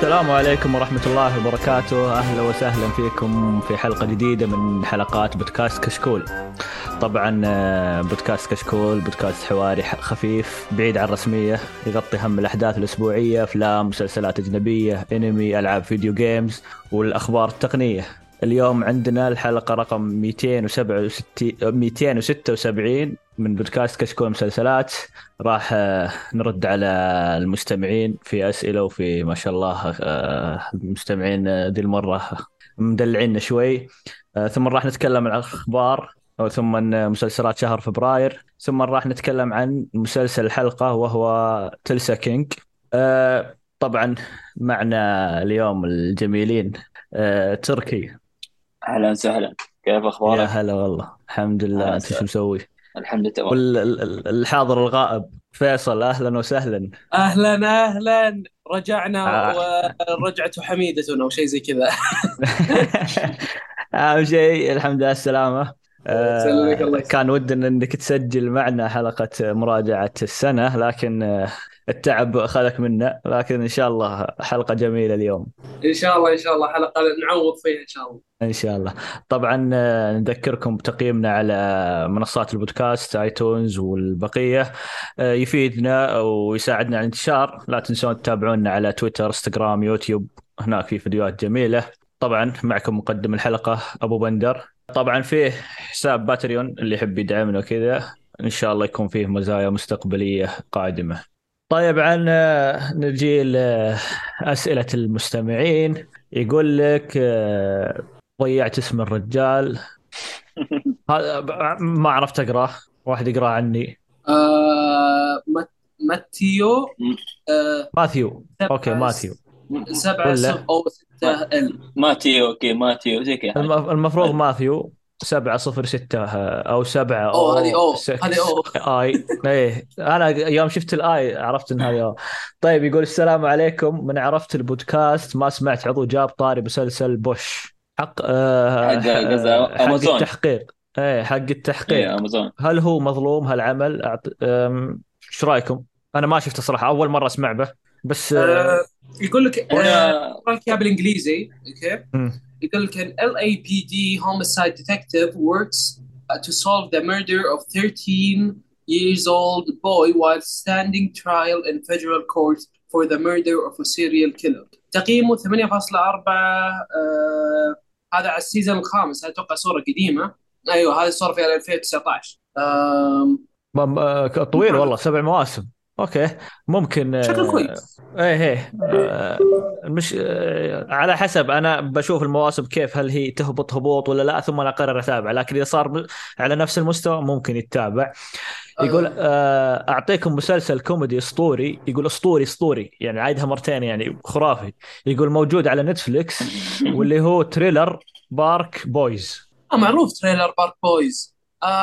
السلام عليكم ورحمة الله وبركاته. أهلا وسهلا فيكم في حلقة جديدة من حلقات بودكاست كشكول. طبعا بودكاست كشكول بودكاست حواري خفيف بعيد عن الرسمية، يغطي هم الأحداث الأسبوعية، أفلام، مسلسلات أجنبية، أنمي، ألعاب فيديو جيمز، والأخبار التقنية. اليوم عندنا الحلقة رقم 276 من بودكاست كشكول مسلسلات. راح نرد على المستمعين في أسئلة، وفي ما شاء الله المستمعين دي المرة مدلعين شوي. ثم راح نتكلم عن الأخبار، ثم عن مسلسلات شهر فبراير، ثم راح نتكلم عن مسلسل الحلقة وهو تلسا كينج. طبعا معنا اليوم الجميلين تركي. أهلا وسهلا. كيف يا أخبارك؟ هلا والله، الحمد أهلا لله. انت شو وسهلا. مسوي؟ الحمد لله تمام. والحاضر الغائب فيصل، اهلا وسهلا. اهلا اهلا، رجعنا آه. ورجعت حميدتنا وشيء زي كذا. اهم شيء الحمد لله السلامة. يسلمك الله كان يسلمك. ودنا انك تسجل معنا حلقة مراجعة السنة، لكن التعب اخذك منا، لكن ان شاء الله حلقة جميلة اليوم. ان شاء الله ان شاء الله حلقه نعوض فيها ان شاء الله. إن شاء الله. طبعا نذكركم بتقييمنا على منصات البودكاست آيتونز والبقية، يفيدنا ويساعدنا على الانتشار. لا تنسون تتابعونا على تويتر، انستغرام، يوتيوب، هناك في فيديوهات جميلة. طبعا معكم مقدم الحلقة أبو بندر. طبعا فيه حساب باتريون اللي يحب يدعمنا وكذا، إن شاء الله يكون فيه مزايا مستقبلية قادمة. طيب، عن نجي لأسئلة المستمعين. يقول لك ضيعت اسم الرجال. هذا ما عرفت اقراه، واحد يقراه عني. ماتيو. م- ماثيو. اوكي، سبعة ماثيو سبعة ولا أو ما 6 ال. ماتيو، أوكي ماتيو زي كذا حاجة. المفروض ما ماثيو 706 أو 7 هذه أو هذه 6 آي. إيه، أنا يوم شفت الآي عرفت إن هذه أو. طيب، يقول السلام عليكم. من عرفت البودكاست ما سمعت عضو جاب طاري مسلسل بوش. حق حق قصدي حق أمازون. التحقيق. إيه، حق إيه التحقيق. أمازون. هل هو مظلوم هالعمل؟ ايش رايكم؟ انا ما شفته صراحه، اول مره اسمع به. بس يقول لك هو أنا أقرأ لك إياه بالانجليزي. اوكي. مم. يقول لك an LAPD homicide detective works to solve the murder of 13 years old boy while standing trial in federal court for the murder of a serial killer. تقييمه 8.4. هذا على السيزون الخامس، اتوقع صورة قديمة. ايوه هذه الصورة في 2019. طويل والله، 7 مواسم. اوكي، ممكن. شكله كويس. ايه مش على حسب. انا بشوف المواسم كيف، هل هي تهبط هبوط ولا لا، ثم انا اقرر اتابع. لكن اذا صار على نفس المستوى ممكن يتابع. يقول آه، اعطيكم مسلسل كوميدي اسطوري. يقول اسطوري اسطوري يعني عايدها مرتين، يعني خرافي. يقول موجود على نتفليكس، واللي هو تريلر بارك بويز. معروف تريلر بارك بويز.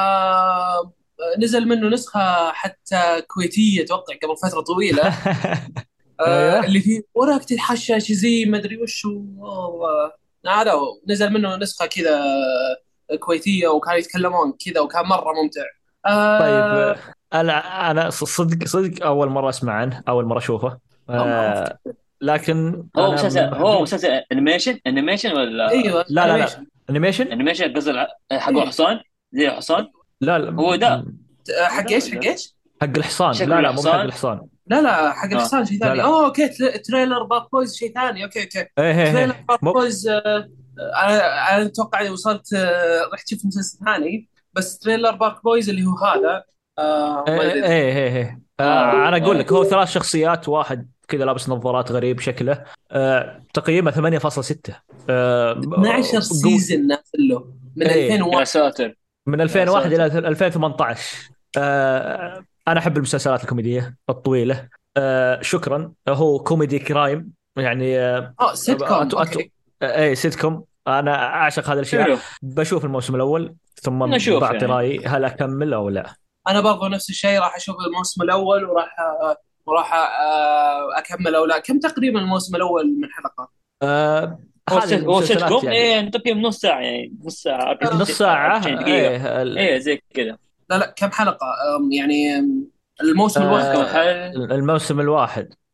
نزل منه نسخة حتى كويتية اتوقع قبل فترة طويلة. ايوه. اللي فيه وراك تتحشى زي ما ادري وش هو. هذا هو. نزل منه نسخة كذا كويتية، وكانوا يتكلمون كذا وكان مرة ممتع. طيب، آه انا صدق صدق اول مره اسمع عنه، اول مره اشوفه. معروف. لكن هو انا مسلسل من هو محبين. مسلسل أنيميشن ولا ايوه لا لا لا، انيميشن. انيميشن. أنيميشن قصدي حق ايوه. الحصان، زي الحصان. لا لا، هو ده. هو حق ده ايش حق ولا ايش؟ حق الحصان. لا شكله لا، مو بحق الحصان. الحصان. لا لا، حق اه الحصان شيء لا ثاني. لا. اوكي. تريلر بارك بويز شيء ثاني. اوكي اوكي. ايه ايه تريلر ايه بارك بويز انا اتوقع اني وصلت. رحت شفت مسلسل ثاني، بس تريلر بارك بويز اللي هو هذا. ما ايه ادري ايه ايه إيه. انا اقول إيه. لك، هو 3 شخصيات، واحد كذا لابس نظارات غريب شكله. تقييمه 8.6. 12 سيزون نازل له من ايه، 2001. يا ساتر. من يا 2001 الى ساتر. 2018. انا احب المسلسلات الكوميديه الطويله. شكرا. هو كوميدي كرايم يعني. اه سيت كوم. اوكي. اي سيت كوم. انا اعشق هذه الاشياء. حلو. بشوف الموسم الاول ثم نشوف بعطي يعني. رايي هل اكمل او لا. انا برضو نفس الشيء، راح اشوف الموسم الاول وراح اكمل او لا. كم تقريبا الموسم الاول من حلقات؟ هذه هو سيت المسلسلات كوم، يعني. ايه تقييم نص ساعة، يعني نص ساعة نص 40 ساعه. دقيقة. ايه ايه زي كذا. لا لا، كم حلقة يعني الموسم الواحد كم حلقة؟ كم حل. الموسم الواحد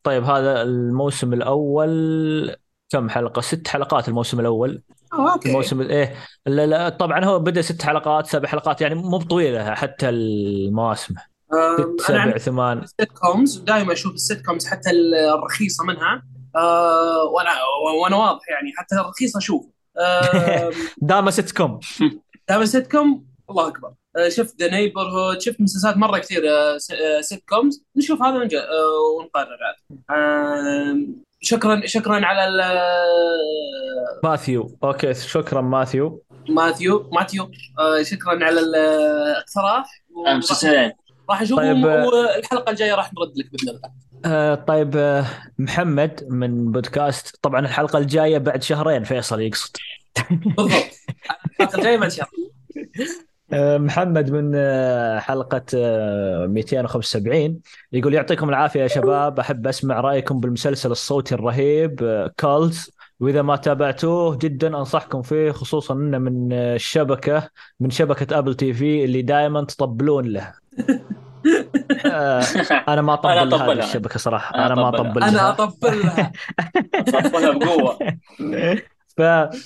طيب هذا الموسم الأول كم حلقة؟ 6 حلقات الموسم الأول. اوكي. الموسم ايه، لا لا طبعا هو بدأ 6 حلقات 7 حلقات، يعني مو بطويلة حتى المواسم. ست انا عن سبع ثمان السيت كومز دائما اشوف السيت كومز حتى الرخيصه منها. وانا واضح يعني حتى الرخيصه اشوف. داما ست كوم. دائما سيت كوم الله اكبر. شفت ذا نيبر هود، شفت مسلسلات مره كثير سيت كومز، نشوف هذا ونقرر عاد. شكرا على ماثيو، اوكي شكرا ماثيو. ماثيو. شكرا على الاقتراح، وراح مسلسلين. اشوفهم، طيب والحلقه الجايه راح نرد لك باذن الله. طيب محمد من بودكاست، طبعا الحلقة الجاية بعد شهرين فيصل يقصد. بالضبط. الحلقه الجايه بعد شهر. محمد من حلقة 275 يقول يعطيكم العافية يا شباب، أحب أسمع رأيكم بالمسلسل الصوتي الرهيب كولز، وإذا ما تابعتوه جدا أنصحكم فيه، خصوصا أنه من من شبكة أبل تي في اللي دائما تطبلون له. أنا ما انا أطبل لهذه اطبلها. الشبكة صراحة، انا أنا ما اطبلها. أطبل انا لها. اطبل لها. اطبلها بقوه. ف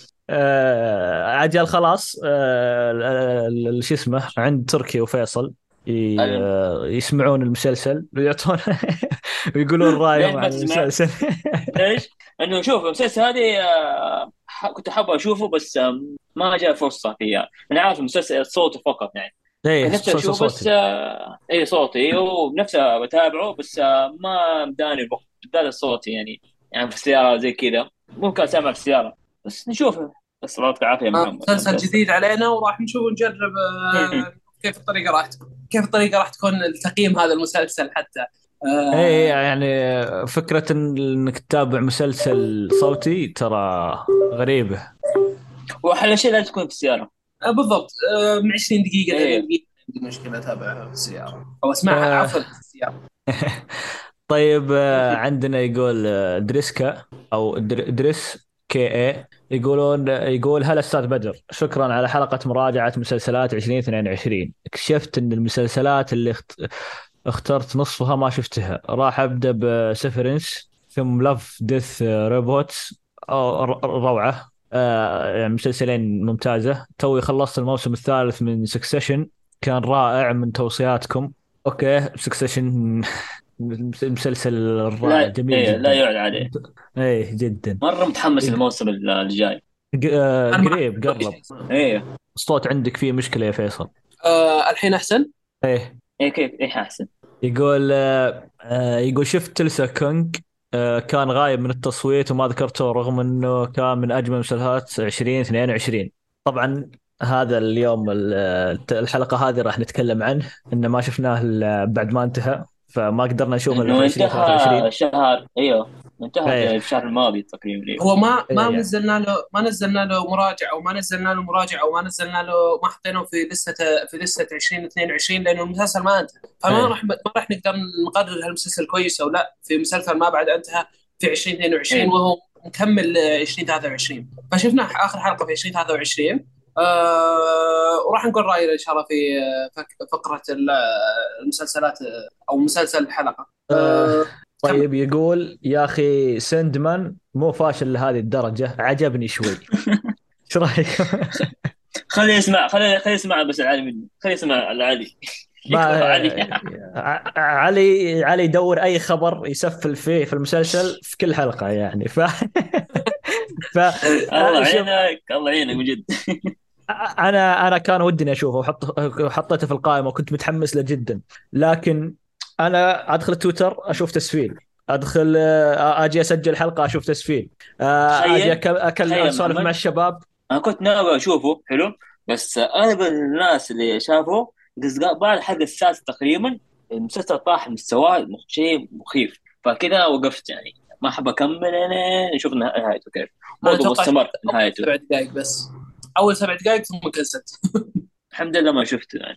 عجل خلاص شو اسمه عند تركي وفيصل يسمعون المسلسل ويعطون ويقولون ليش رأيهم ما عن تسمع؟ المسلسل. ليش؟ انه شوف المسلسل هذه كنت حابب اشوفه بس ما جاء فرصه فيها. انا عارف المسلسل صوته فقط يعني. ايه كان نفسي مسلسل اشوفه بس صوتي. اي صوتي ونفسي بتابعه بس ما مداني الوقت بالذات الصوتي يعني. يعني في السياره زي كذا ممكن اسمع في السياره بس نشوفه. بس الله يعطيك العافيه يا محمد على مسلسل المسلسل. جديد علينا، وراح نشوف ونجرب كيف الطريقه راح تكون التقييم هذا المسلسل حتى. ايه آه، يعني فكرة انك تتابع مسلسل صوتي ترى غريبة. واحلى شيء لا تكون في السياره. بالضبط. من 20 دقيقه 30 ايه. دقيقه عندي مشكله اتابعها في السياره او اسمعها آه، عفوا في السياره. طيب عندنا يقول دريسكا او دريس كي اي، يقول هلا استاذ بدر، شكرا على حلقة مراجعة مسلسلات 2022. اكتشفت ان المسلسلات اللي اخترت نصفها ما شفتها، راح ابدا بسيفرنس ثم لاف ديث روبوتس، روعة. يعني مسلسلين ممتازة. توي خلصت الموسم الثالث من سكسيشن، كان رائع من توصياتكم. اوكي سكسيشن المسلسل الرائع لا جميل ايه لا جدا. يعلى عليه. ايه جدا. مره متحمس للموسم الجاي. انا ما قريب قرب. ايه. الصوت عندك فيه مشكلة يا فيصل. الحين احسن. ايه ايه كيف ايه احسن. يقول يقول شفت تلسا كونج، كان غايب من التصويت وما ذكرته رغم انه كان من اجمل مسلسلات 2022. طبعا هذا اليوم الحلقة هذه راح نتكلم عنه، انه ما شفناه إلا بعد ما انتهى، فما قدرنا نشوفه الا في انه انتهى 2023. شهر ايوه. انتهى في ايه الشهر الماضي تقريبا ايوه. هو ما يعني نزلنا له مراجع، او ما نزلنا له مراجع، او ما نزلنا له، ما حطيناه في لسته 2022 لانه المسلسل ما انتهى. ايه ما راح نقدر نقرر هل المسلسل كويس او لا في مسلسل ما بعد انتهى في 2022 ايه. وهو مكمل 2023. فشفنا اخر حلقه في 2023. وراح نقول راينا ان شاء الله في فقره المسلسلات، او مسلسل الحلقه. آه كمل. طيب يقول يا اخي سندمان مو فاشل لهذه الدرجة، عجبني شوي. ايش رايك؟ خليه يسمع خليه يسمع بس العالي مني خليه يسمع العالي. ما يكفى علي. علي يدور اي خبر يسفل فيه في المسلسل في كل حلقة يعني ف الله شوف يعينك الله يعينك من جد. انا كان ودي اشوفه وحطيته في القائمة وكنت متحمس له جدا، لكن انا ادخل تويتر اشوف تسفيل، ادخل اجي اسجل حلقة اشوف تسفيل، اجي تخيل اكل تخيل اسولف مع محمد. الشباب. انا كنت ناوي اشوفه حلو بس اغلب الناس اللي شافوه بعد الحلقه السادسه تقريبا المسلسل طاح مستواه شيء مخيف. فكذا وقفت يعني ما احب اكمل انا نشوف نهايته كيف. انا برضه اتوقع مستمر اول نهايته. 7 دقائق بس، اول 7 دقائق ثم كنسلت. الحمد لله ما شفته يعني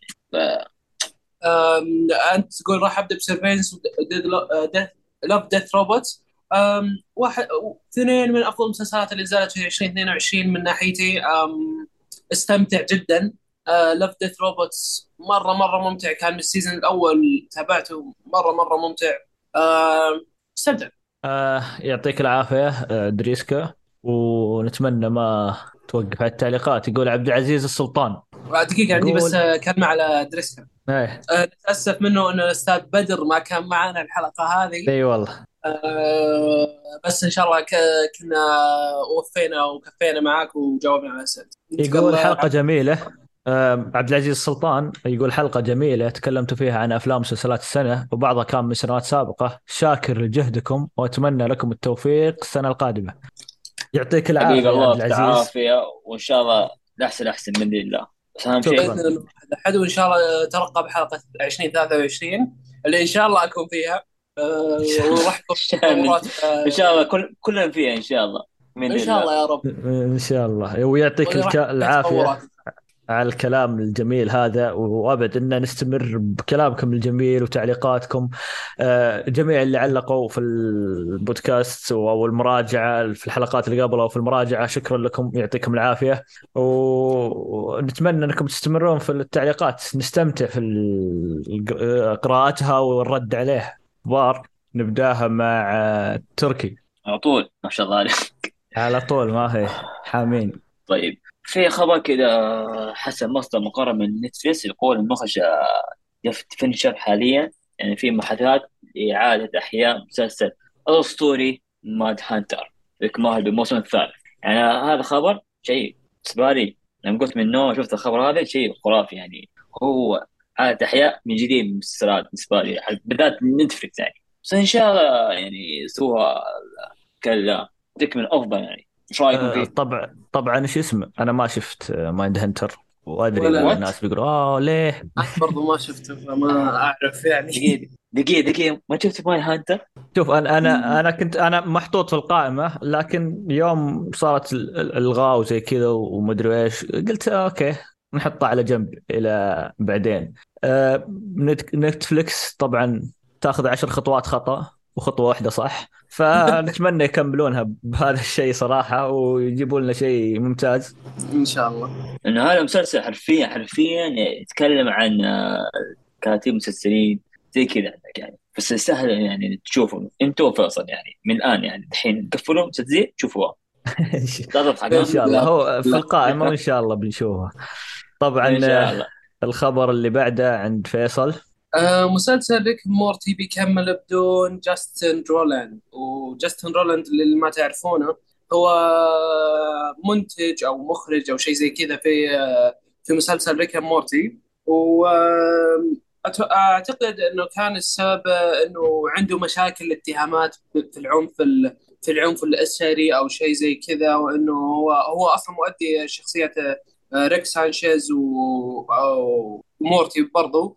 انت تقول راح ابدا بسيرفينس لاف ديث روبوت. واحد اثنين من افضل المسلسلات اللي نزلت في 2022 من ناحيتي. استمتع جدا. لاف ديث روبوتس مره ممتع، كان من السيزون الاول تابعته، مره ممتع. استمتع. يعطيك العافية دريسكا، ونتمنى ما توقف على التعليقات. يقول عبد العزيز السلطان، دقيقة، عندي بس يقول كلمة على دريسكا. ايه. نتأسف منه أن الأستاذ بدر ما كان معنا الحلقة هذه. اي والله. بس إن شاء الله كنا وفينا وكفينا معاك وجاوبنا على أسئلة. ننتقل يقول حلقة عبد. جميلة. عبد العزيز السلطان يقول حلقة جميلة تكلمت فيها عن أفلام ومسلسلات السنة، وبعضها كان من سنوات سابقة. شاكر لجهدكم وأتمنى لكم التوفيق السنة القادمة. يعطيك حبيبي العافية يا الله عبد يعطيك العزيز. العافيه، وان شاء الله الاحسن احسن باذن الله. بس اهم شيء بإذن شكرا. الله أحد، وإن شاء الله ترقب حلقة 2023 اللي إن شاء الله أكون فيها. إن شاء وراح يكون في من تطورات. ان شاء الله كلنا فيها ان شاء الله باذن إن شاء الله. الله يا رب. إن شاء الله، ويعطيك وراح يكون فيها تطورات. العافية على الكلام الجميل هذا، وابد ان نستمر بكلامكم الجميل وتعليقاتكم. جميع اللي علقوا في البودكاست او المراجعه في الحلقات اللي قبلها وفي المراجعه، شكرا لكم، يعطيكم العافيه. ونتمنى انكم تستمرون في التعليقات، نستمتع في قراءتها والرد عليه. بار نبداها مع تركي على طول ما شاء الله عليك. على طول، ما هي حامين. طيب، في خبر كده حسب مصدر مقرب من نتفليكس يقول المخرج جيف فينشر حاليا يعني في محاولات لإعادة إحياء مسلسل الأسطوري ماد هانتر إكمال بالموسم الثالث. يعني هذا خبر شيء بالنسبة لي، لما قلت من نوع شفت الخبر هذا شيء خرافي يعني. هو إعادة إحياء من جديد من المسلسلات بالنسبة لي بالذات نتفلكس يعني. بس إن شاء الله يعني يسووها تكمل أفضل يعني. إيش رأيكم فيه؟ طبعا ايش اسمه، انا ما شفت مايند هنتر، وادري اذا ولا وات؟ الناس بيقولوا اه ليه. أنا برضو ما شفته فما أعرف يعني. دقيقة دقيقة ما شفت ماي هانتر؟ شوف، انا كنت انا محطوط في القائمه، لكن يوم صارت الغاء وزي كذا ومدري ايش، قلت اوكي نحطه على جنب الى بعدين. نتفليكس طبعا تاخذ 10 خطوات خطأ وخطوه واحده صح، فنتمنى يكملونها بهذا الشيء صراحه، ويجيبوا لنا شيء ممتاز. إن شاء الله. انه هذا مسلسل حرفيا يتكلم عن كاتب مسلسلين زي كذا عندك يعني. بس سهل يعني تشوفه انت وفيصل يعني من الان يعني الحين قفلوا مسلسل شوفوها. لا تضحك ان ها. شاء الله لا. هو في لا. القائمه، وان شاء الله بنشوفه. طبعا ان شاء الله. الخبر اللي بعده عند فيصل. مسلسل ريك مورتي بيكمل بدون جاستن رولاند. وجاستن رولاند اللي ما تعرفونه هو منتج او مخرج او شيء زي كذا في مسلسل ريك مورتي. واعتقد انه كان السبب انه عنده مشاكل اتهامات في العنف في العنف الاسري او شيء زي كذا، وانه هو اصلا مؤدي شخصية ريك سانشيز ومورتي برضو.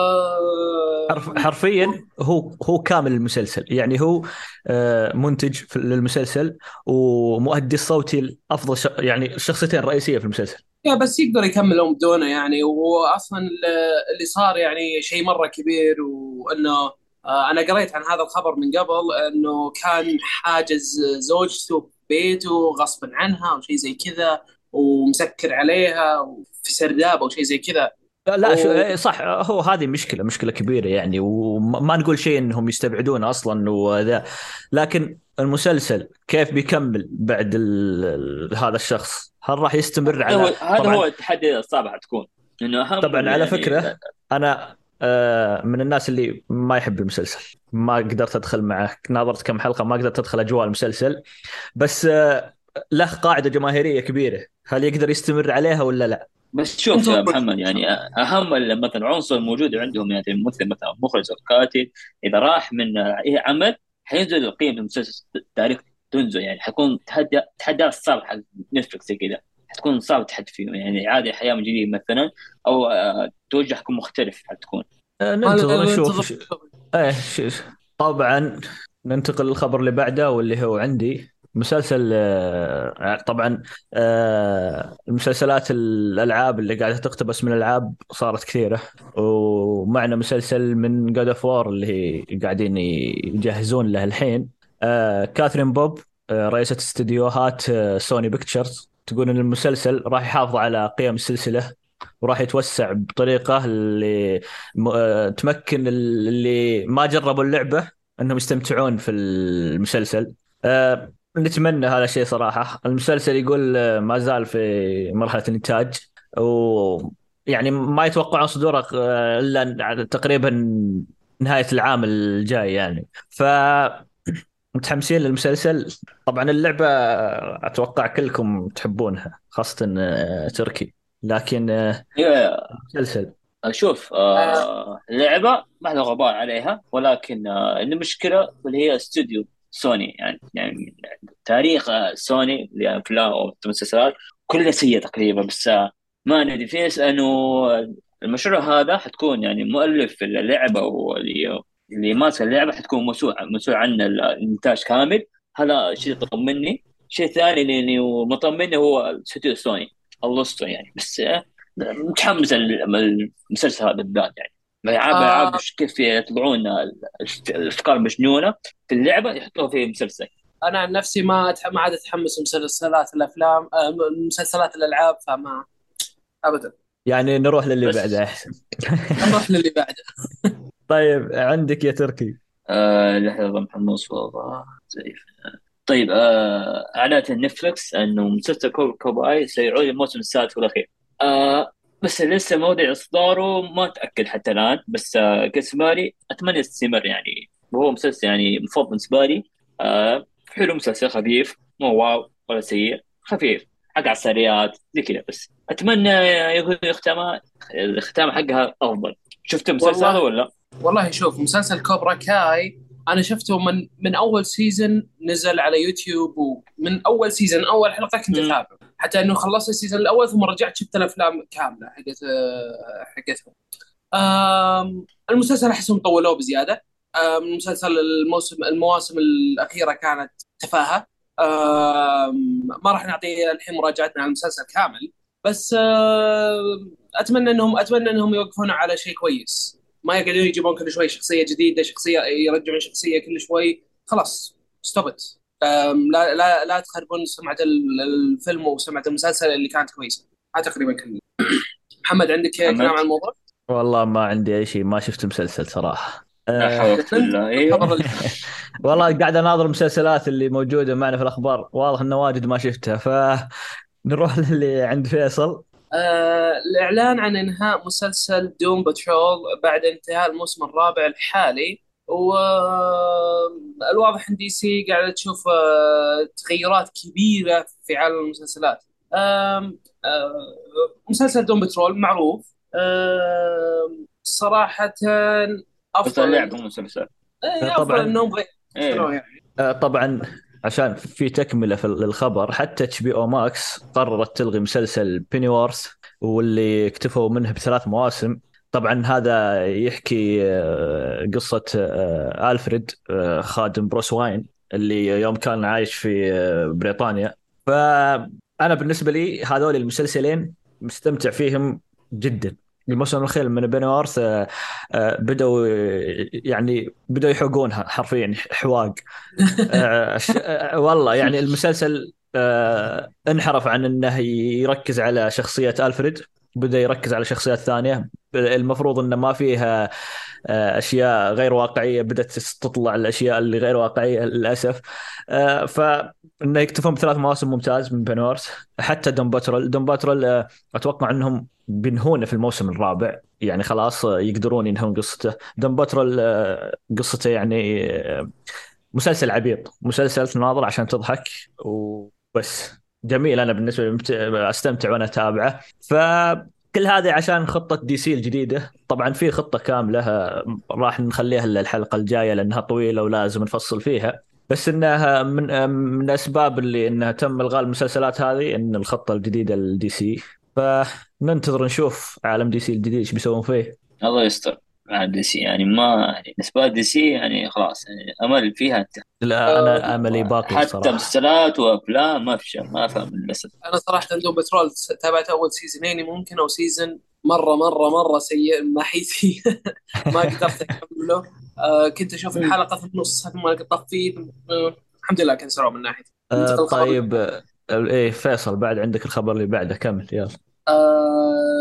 حرفيا هو كامل المسلسل، يعني هو منتج للمسلسل ومؤدي الصوتي الافضل، يعني الشخصيتين الرئيسيه في المسلسل. يا بس يقدر يكملهم بدونه يعني. واصلا اللي صار يعني شيء مره كبير، وانه انا قريت عن هذا الخبر من قبل انه كان حاجز زوجته في بيته غصبا عنها او شيء زي كذا، ومسكر عليها في سرداب او شيء زي كذا. لا صح، هو هذه مشكله كبيره يعني، وما نقول شيء انهم يستبعدونه اصلا وذا، لكن المسلسل كيف بيكمل بعد هذا الشخص؟ هل راح يستمر هذا هو على هذا هو طبعا؟ التحدي الصعب حتكون انه اهم طبعا على يعني. فكره، انا من الناس اللي ما يحب المسلسل، ما قدرت ادخل معه، ناظرت كم حلقه ما قدرت ادخل اجواء المسلسل. بس له قاعده جماهيريه كبيره، هل يقدر يستمر عليها ولا لا؟ بس شوف انتم يا محمد يعني اهم مثلا عنصر موجود عندهم يعني الممثل مثلا مخرج او كاتب، اذا راح من اي عمل حينزل قيمه المسلسل تاريخ، تنزل يعني حيكون تحدي صعب حق نتفلكس كذا. حتكون صعب تحدي فيهم يعني عادي حياه من جديد مثلا، او توجه حيكون مختلف حتكون. ننتظر نشوف ننتظر. ايه طبعا ننتقل للخبر اللي بعده، واللي هو عندي مسلسل طبعا المسلسلات الالعاب اللي قاعده تقتبس من الالعاب صارت كثيره، ومعنا مسلسل من جود اوف وور اللي هي قاعدين يجهزون له الحين. كاثرين بوب رئيسة استديوهات سوني بيكتشرز تقول ان المسلسل راح يحافظ على قيم السلسله، وراح يتوسع بطريقة اللي تمكن اللي ما جربوا اللعبة انهم يستمتعون في المسلسل. نتمنى هذا الشيء صراحة. المسلسل يقول ما زال في مرحلة الإنتاج، و يعني ما يتوقعون صدوره إلا تقريبا نهاية العام الجاي يعني. ف متحمسين للمسلسل. طبعا اللعبة أتوقع كلكم تحبونها، خاصة تركي. لكن هي المسلسل. اشوف آه، لعبه ما له غبار عليها، ولكن المشكله اللي هي استوديو سوني، يعني تاريخ سوني للافلام او المسلسلات كلها سيء تقريبا. بس ما ندري في ناس انه المشروع هذا حتكون يعني مؤلف اللعبه واللي ماسك اللعبه حتكون مسؤول عن الانتاج كامل. هذا شيء يطمني. شيء ثاني اللي مطمني هو استوديو سوني، خلصته يعني. بس متحمس المسلسل هذا بالذات يعني. العاب آه، كيف يطلعون الافكار مجنونه في اللعبه يحطوها في المسلسل. انا عن نفسي ما عاد اتحمس مسلسلات الافلام، مسلسلات الالعاب، فما ابدا. يعني نروح للي بعده بس أحسن. نروح للي بعده. طيب عندك يا تركي. لحظه محمود والله زيف. طيب اعلنت نتفلكس انه مسلسل كوباي سيعود الموسم السادس والاخير. بس لسه موضع اصداره ما تاكد حتى الان. بس كسباري اتمنى يستمر يعني، وهو مسلسل يعني مفضل بالنسبه لي. حلو، مسلسل خفيف، مو واو ولا سيء، خفيف حق عساريات زي كذا. بس اتمنى يكون الختام حقها افضل. شفت المسلسل هذا والله ولا؟ والله شوف، مسلسل كوبرا كاي انا شفته من اول سيزون نزل على يوتيوب، ومن اول سيزون اول حلقه كنت امم اتابعه، حتى انه خلصت السيزون الاول ثم رجعت شفت الافلام كامله حقتهم. المسلسل احسهم طولوه بزياده. المسلسل المواسم الاخيره كانت تفاهه. ما راح نعطي الحين مراجعتنا على المسلسل كامل، بس اتمنى انهم يوقفون على شيء كويس، ما يقعدون يجيبون كل شوي شخصيه جديده، شخصيه يرجعون شخصيه كل شوي. خلاص ستوبت. لا تخربون سمعه الفيلم وسمعه المسلسل اللي كانت كويسه. هذا تقريبا كله. محمد، عندك كلام محمد. عن الموضوع؟ والله ما عندي أي شيء، ما شفت مسلسل صراحة. لا حول ولا قوة إلا انت بالله. الخبر ايوه. اللي والله قاعد اناظر المسلسلات اللي موجودة معنا في الأخبار، واضح إنه واجد ما شفتها، فنروح للي عند فيصل. الإعلان عن إنهاء مسلسل دوم باترول بعد انتهاء الموسم الرابع الحالي. والواضح ان دي سي قاعدة تشوف تغيرات كبيرة في عالم المسلسلات. مسلسل دوم باترول معروف. صراحة بس أفضل اللعبة مو مسلسل. أفضل طبعا. إنهم ايه. غيروه يعني. طبعا عشان في تكملة في الخبر، حتى اتش بي او ماكس قررت تلغي مسلسل بيني وورث، واللي اكتفوا منه ب3 مواسم. طبعا هذا يحكي قصة ألفريد، خادم بروس واين، اللي يوم كان عايش في بريطانيا. فأنا بالنسبة لي هذول المسلسلين مستمتع فيهم جدا. الموسم الأخير من بيني وورث بدأوا يعني بدأوا يحوقونها حرفيا حواق. والله يعني المسلسل انحرف عن انه يركز على شخصية ألفريد، بدأ يركز على شخصيات ثانية المفروض انه ما فيها اشياء غير واقعية، بدأت تطلع الاشياء اللي غير واقعية للاسف. فانه يكتفون ب3 مواسم ممتاز من بنورس. حتى دوم باترول اتوقع انهم بينهونه في الموسم الرابع، يعني خلاص يقدرون ينهون قصته. دوم باترول قصته يعني مسلسل عبيط، مسلسل تناظر عشان تضحك وبس. جميل، انا بالنسبه لي استمتع وانا اتابعه. فكل هذه عشان خطه دي سي الجديده. طبعا في خطه كامله راح نخليها للحلقه الجايه لانها طويله ولازم نفصل فيها. بس انها من الاسباب اللي انها تم الغاء المسلسلات هذه ان الخطه الجديده للدي سي. فننتظر نشوف عالم دي سي الجديد ايش بيسوون فيه. الله يستر مع دي سي يعني. ما يعني بالنسبة لي دي سي يعني خلاص يعني امل فيها انتهى. لا انا املي باقي حتى الصراحه. مسلسلات وافلام ما في شيء، ما فهم للاسف. انا صراحه دوم بترول تابعت اول سيزونين ممكن او سيزون، مره سيء من ناحيتي. ما قدرت اكمله. كنت اشوف الحلقه في النص ثم طفيت. الحمد لله كنسلوه من ناحيتي. ننتقل الخبر اللي طيب ايه فيصل، بعد عندك الخبر اللي بعده، كمل يلا.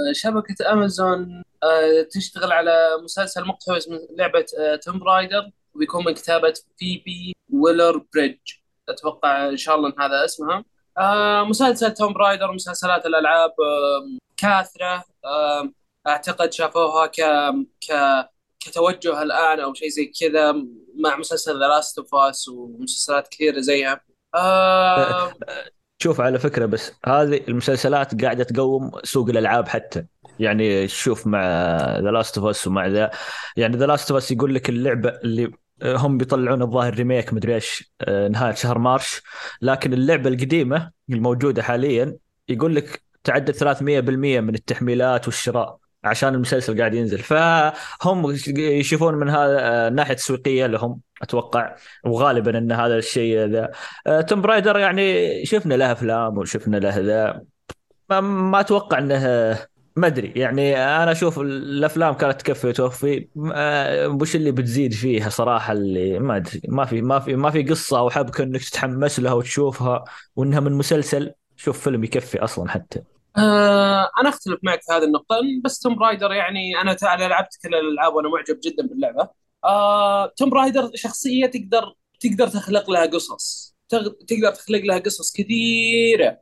شبكه امازون تشتغل على مسلسل مقتبس من لعبه توم رايدر وبيكون من كتابة فيبي ويلر بريدج. أتوقع إن شاء الله إن هذا اسمها. مسلسل توم برايدر، مسلسلات الألعاب كاثرة. أعتقد شافوها ك كتوجه الآن أو شيء زي كذا، مع مسلسل ذا لاست اوف اس ومسلسلات كثيرة زيها. آه شوف على فكرة، بس هذه المسلسلات قاعدة تقوم سوق الألعاب حتى. يعني شوف مع ذا لاست اوف اس ومع ذا، يعني ذا لاست اوف اس يقول لك اللعبة اللي هم بيطلعون الظاهر ريميك مدري ايش نهاية شهر مارش، لكن اللعبة القديمة الموجودة حاليا يقول لك تعدل 300% من التحميلات والشراء عشان المسلسل قاعد ينزل. فهم يشوفون من هذا ناحية تسويقية لهم اتوقع، وغالبا ان هذا الشيء ذا. توم برايدر يعني شفنا له افلام وشفنا له ذا، ما اتوقع انه ما ادري. يعني انا اشوف الافلام كانت تكفي وتوفي. وش اللي بتزيد فيها صراحه؟ اللي ما ادري، ما في قصه او حبكه انك تتحمس لها وتشوفها، وانها من مسلسل. شوف فيلم يكفي اصلا حتى. أنا أختلف معك في هذه النقطة. بس توم رايدر يعني أنا لعبت كل الألعاب وأنا معجب جدا باللعبة. توم رايدر شخصية تقدر تخلق لها قصص، تقدر تخلق لها قصص كثيرة.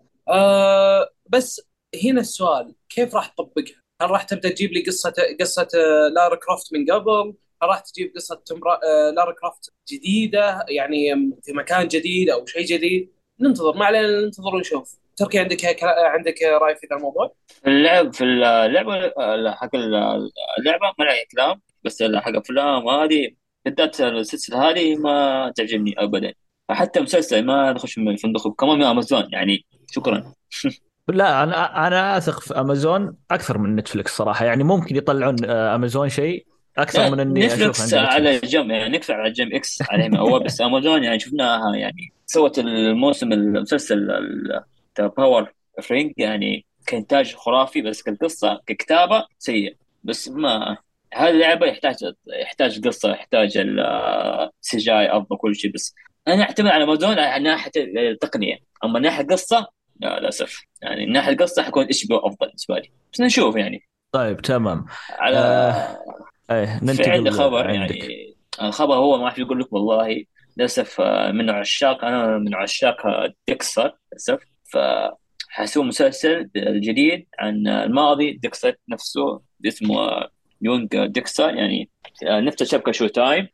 بس هنا السؤال، كيف راح تطبقها؟ هل راح تبدأ تجيب لي قصة لارا كروفت من قبل؟ هل راح تجيب قصة لارا كروفت جديدة يعني في مكان جديد أو شيء جديد؟ ننتظر، ما علينا، ننتظر ونشوف. تركي، عندك رأي في ذا الموضوع؟ في اللعبة، حق اللعبة ما لها كلام، بس حق الأفلام هذه بالذات السلسلة هذه ما تعجبني أبدا. حتى مسلسل ما نخش من الفندق كمان من أمازون يعني. شكرا. لا، انا اثق في امازون اكثر من نتفلكس صراحه. يعني ممكن يطلعون امازون شيء اكثر لا، من اني اشوف نتفلكس عند على نتفلكس. جنب يعني، نكفى على جنب اكس عليهم هو، بس امازون يعني شفناها يعني سوت الموسم المسلسل باور فرينج يعني كإنتاج خرافي، بس كقصة ككتابة سيء. بس ما هذه اللعبة يحتاج قصة، يحتاج السي جاي أفضل كل شيء. بس أنا أعتمد على امازون على ناحية التقنية، أما ناحية قصة لا للأسف يعني. من ناحية القصة حيكون اتش بي أفضل بالنسبة لي، بس نشوف يعني. طيب تمام. على آه في عندي ننتقل خبر عندك. يعني. الخبر هو ما راح يقول لك والله. للأسف من عشاق، أنا من عشاق ديكستر للأسف. فحسوا مسلسل جديد عن الماضي ديكستر نفسه، اسمه يونج ديكستر يعني. نفس شبكة شو تايم.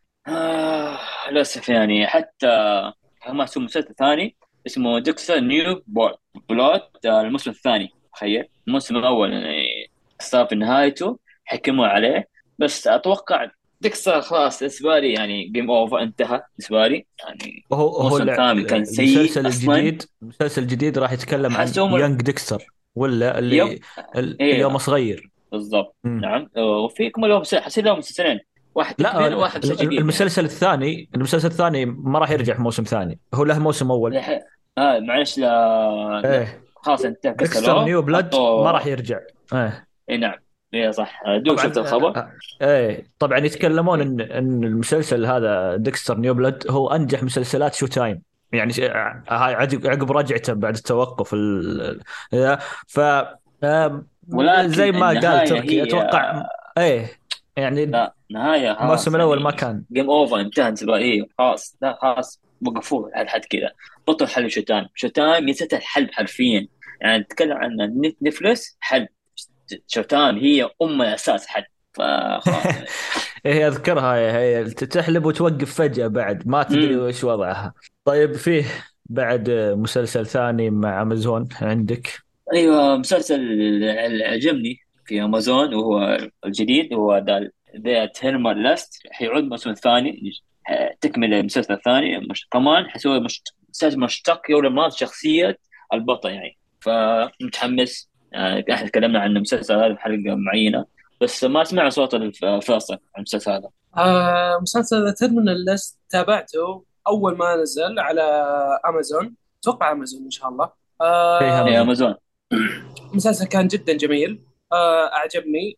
للأسف يعني. حتى هم سووا مسلسل ثاني اسمه ديكستر نيو بلوت. الموسم الثاني تخيل. الموسم الأول يعني صار في نهايته، حكموا عليه. بس اتوقع ديكستر خلاص بالنسبه لي يعني جيم اوفر، انتهى بالنسبه لي يعني. هو موسم ثامن كان سيء اصلا. المسلسل الجديد راح يتكلم عن حسهم يانج ديكستر، ولا يب. اليوم ايه صغير. بالضبط مم. نعم. وفيكم لهم حسيت لهم مسلسلين، واحد لا، تكمل وواحد مسلسل جديد يعني. المسلسل الثاني ما راح يرجع في موسم ثاني، هو له موسم اول. معلش لا, لا. ايه، خلاص انتهى، ديكستر كسلوه نيو بلاد ما راح حطوا. يرجع. ايه اي نعم. ايه صح، دوب طبعا. شفت الخبر. ايه طبعا يتكلمون ايه ان المسلسل هذا ديكستر نيو بلاد هو انجح مسلسلات شو تايم. يعني هاي عقب رجعته بعد التوقف ف ولكن زي ما قال النهايه تركي هي. اتوقع. ايه يعني لا، نهاية الموسم خلاص الاول ما يعني. كان. جيم اوفر، انتهى بالنسبة لي. إيه خلاص، لا خلاص وقفوه على حد كذا. بطل حل شوتان، شوتان يسد الحلب حرفيا. يعني نتكلم عن نتفلس حلب. شوتان هي ام الاساس حلب. فخلاص يعني. هي اذكرها، هي تحلب وتوقف فجأة بعد ما تدري امم وش وضعها. طيب فيه بعد مسلسل ثاني مع امازون عندك؟ ايوه، مسلسل اللي عجبني في امازون وهو الجديد، هو ذا تيرمال لاست. حيعود موسم ثاني، تكمل المسلسل الثاني. كمان حيسوي مسلسل مشتق يوم ما شخصية البطل يعني. فمتحمس يعني. احنا تكلمنا عن المسلسل هذا في حلقة معينة، بس ما سمعنا صوت الفاصل عن المسلسل هذا. مسلسل ذا تيرمينال ليست تابعته أول ما نزل على أمازون. أتوقع أمازون إن شاء الله. ايه هي امازون. امازون. مسلسل كان جدا جميل. أعجبني.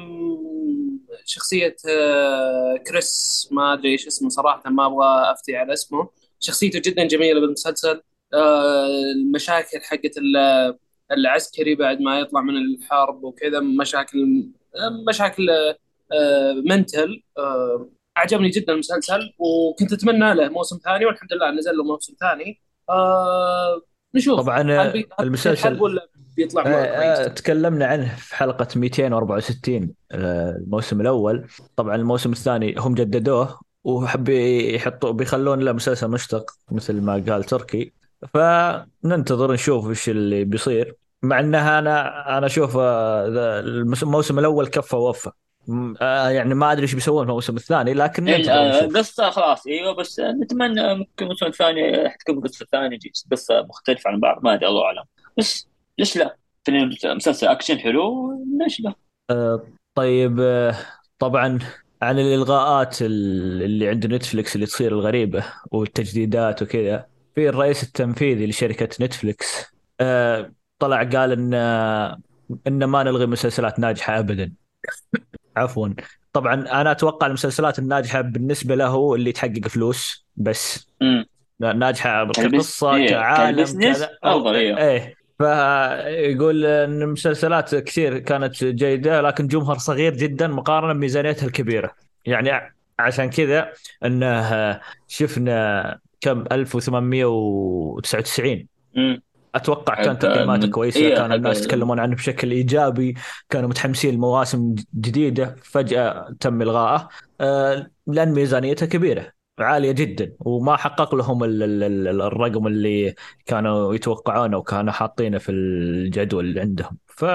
شخصية كريس، ما أدري إيش اسمه صراحة، ما أبغى أفتي على اسمه. شخصيته جدا جميلة بالمسلسل. المشاكل حقت العسكري بعد ما يطلع من الحرب وكذا، مشاكل منتل. عجبني جدا المسلسل، وكنت اتمنى له موسم ثاني، والحمد لله نزل له موسم ثاني. نشوف طبعا هل بينحب المسلسل ولا بيطلع كويس. تكلمنا عنه في حلقة 264 الموسم الأول. طبعا الموسم الثاني هم جددوه وحب يحطوا بيخلون له مسلسل مشتق مثل ما قال تركي. فننتظر نشوف ايش اللي بيصير. مع انها انا اشوف الموسم الاول كفى ووفى. يعني ما ادري ايش بيسوون في الموسم الثاني، لكن ننتظر نشوف. قصة خلاص ايوه، بس نتمنى ممكن الموسم الثاني حتكون قصة ثانية، قصة مختلفة عن بعض، ما ادري الله اعلم. بس ليش لا؟ فيلم مسلسل اكشن حلو، ليش لا؟ طيب طبعا عن الإلغاءات اللي عند نتفلكس اللي تصير الغريبة والتجديدات وكذا. في الرئيس التنفيذي لشركة نتفلكس طلع قال إن ما نلغي مسلسلات ناجحة أبدا. عفوا. طبعا أنا أتوقع المسلسلات الناجحة بالنسبة له اللي تحقق فلوس بس. امم ناجحة كالبس كقصة إيه كعالم كالبزنس كذا أو افضل، ايوه. إيه. فيقول ان المسلسلات كثير كانت جيدة لكن جمهور صغير جدا مقارنة بميزانيتها الكبيرة. يعني عشان كذا انه شفنا كم 1899. امم اتوقع كان حق تقييماته كويسة، ايه كان حق الناس يتكلمون عنه بشكل ايجابي. كانوا متحمسين لمواسم جديدة، فجأة تم الغائه لان ميزانيته كبيرة عالية جدا وما حقق لهم الرقم اللي كانوا يتوقعونه وكانوا حاطينه في الجدول اللي عندهم. ف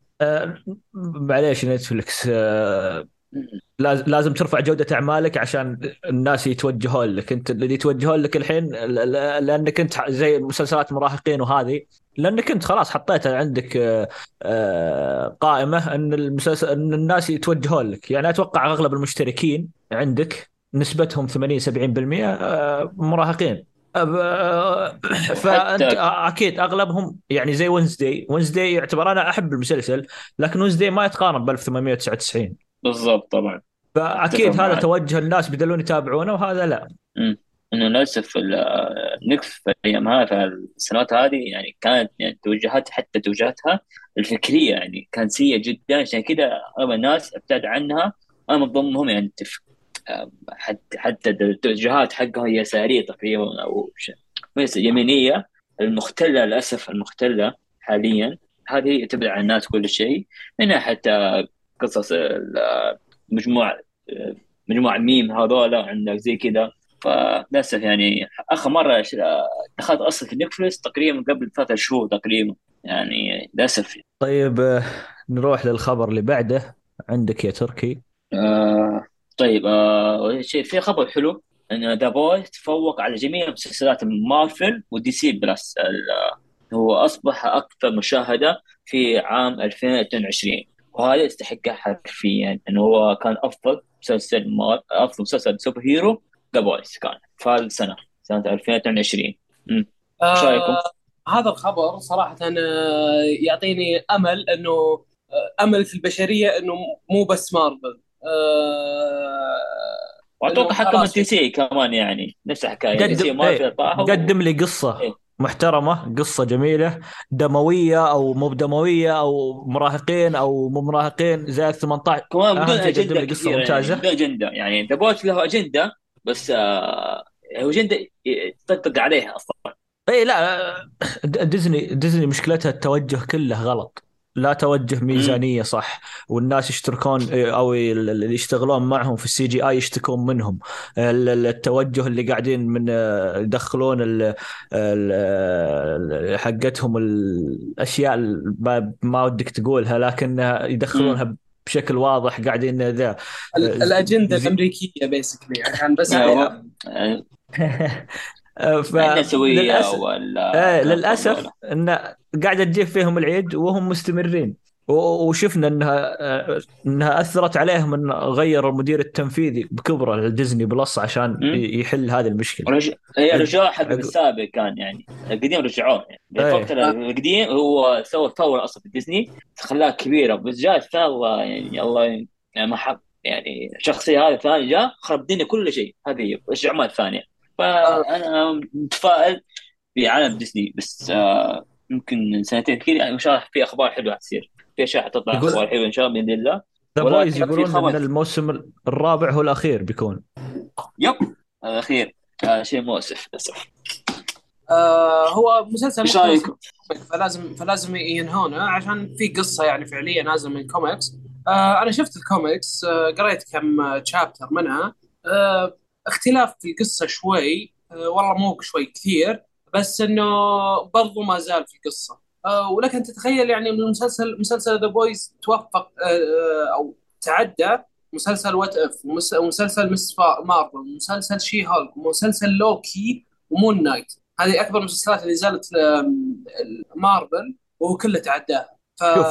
معليش نتفلكس لازم ترفع جودة أعمالك عشان الناس يتوجهون لك. أنت اللي يتوجهون لك الحين لأنك أنت زي مسلسلات مراهقين وهذه، لأنك أنت خلاص حطيتها عندك قائمة أن المسلسل أن الناس يتوجهون لك. يعني أتوقع أغلب المشتركين عندك نسبتهم 80 70% مراهقين. فانت وحتى اكيد اغلبهم يعني زي ونزداي يعتبر انا احب المسلسل، لكن ونزداي ما يتقارن ب 1899. بالضبط طبعا. اتفق فاكيد هذا معك. توجه الناس بدلون يتابعونه وهذا لا. انه للاسف نكس في ايامها في السنوات هذه يعني كانت يعني توجهات، حتى توجهاتها الفكريه يعني كانت سيئه جدا، عشان كذا اغلب الناس ابتعد عنها. انا من ضمنهم يعني حتى التوجهات حقها هي يساريه تقريبا، او ليس يمينيه، المختله للاسف، المختله حاليا. هذه تبعد عن الناس كل شيء، منها حتى قصص مجموعه مجموعه ميم هذولا عندك زي كذا. فللاسف يعني اخر مره دخلت اصلا في نتفلكس تقريبا قبل 3 شهور تقريبا، يعني للاسف. طيب نروح للخبر اللي بعده عندك يا تركي. آه طيب، شيء في خبر حلو ان ذا بويز تفوق على جميع مسلسلات مارفل ودي سي بلس. هو اصبح اكثر مشاهده في عام 2022، وهذا يستحقه حرفيا انه هو كان افضل مسلسل سوبر هيرو. ذا بويز كان في هذه السنه، سنه 2022. ايش رايكم؟ آه هذا الخبر صراحة يعطيني أمل أنه أمل في البشرية، أنه مو بس مارفل، أنه واتوقع حتى من خلاص تي سي كمان يعني نفس الحكايه، دي سي قدم مارفل طاحوا. قدم لي قصة إيه. محترمة، قصة جميلة، دموية أو مو دموية أو مراهقين أو مو مراهقين زي 18. كمان بدون أهم شيء قدم اجنده لي قصة كثيره، يعني ممتازة. بدون اجنده، يعني ذا بويز له اجنده بس هو اجنده تطبق عليها اصلا. اي لا ديزني مشكلتها التوجه كله غلط. لا توجه امم ميزانية صح. والناس يشتركون او اللي يشتغلون معهم في السي جي اي يشتكون منهم. التوجه اللي قاعدين من يدخلون حقتهم الاشياء ما ودك تقولها لكن امم يدخلونها بشكل واضح قاعدين ذا الأجندة زي الأمريكية بيسكلي عشان بس ايوه النسويه فللاسف والكلام للاسف دول. ان قاعده تجيب فيهم العيد وهم مستمرين. وشفنا انها اثرت عليهم ان غير المدير التنفيذي بكبره لديزني بلس عشان يحل هذه المشكله. هي عق... رجوع حق عق... السابق كان، يعني القديم رجعوه، يعني في وقت ايه القديم هو سوى ثوره اصلا في ديزني خلاها كبيره، بس جاء الثاني الله يعني الله يعني ما حب، يعني الشخصيه هذه الثانيه جاء خرب الدنيا كل شيء، هذه رجع مره ثانيه. فانا متفائل في عالم ديزني، بس ممكن سنتين كذا يعني ان شاء الله في اخبار حلوه حتصير، في اشياء حتطلع يقول اخبار حلوه ان شاء الله باذن الله. ذا بويز ولكن في يقولون ان خبر. الموسم الرابع هو الاخير بيكون. يب، الأخير. شيء مؤسف للأسف. هو مسلسل إيش مقتبس رأيكم؟ من كوميك، فلازم ينهونه عشان في قصة يعني فعليا نازلة من كوميكس. أنا شفت الكوميكس، قريت كم تشابتر منها. اختلاف في القصة شوي، والله مو شوي كثير، بس إنه برضو ما زال في قصة. ولكن تتخيل يعني من مسلسل ذا بويز توفق، أو تعدى مسلسل وات اف، ومسلسل مارفل، ومسلسل شي هولك، ومسلسل لوكي، ومون نايت. هذه اكبر المسلسلات اللي زالت مارفل، وهو كله تعداها. ف شوف،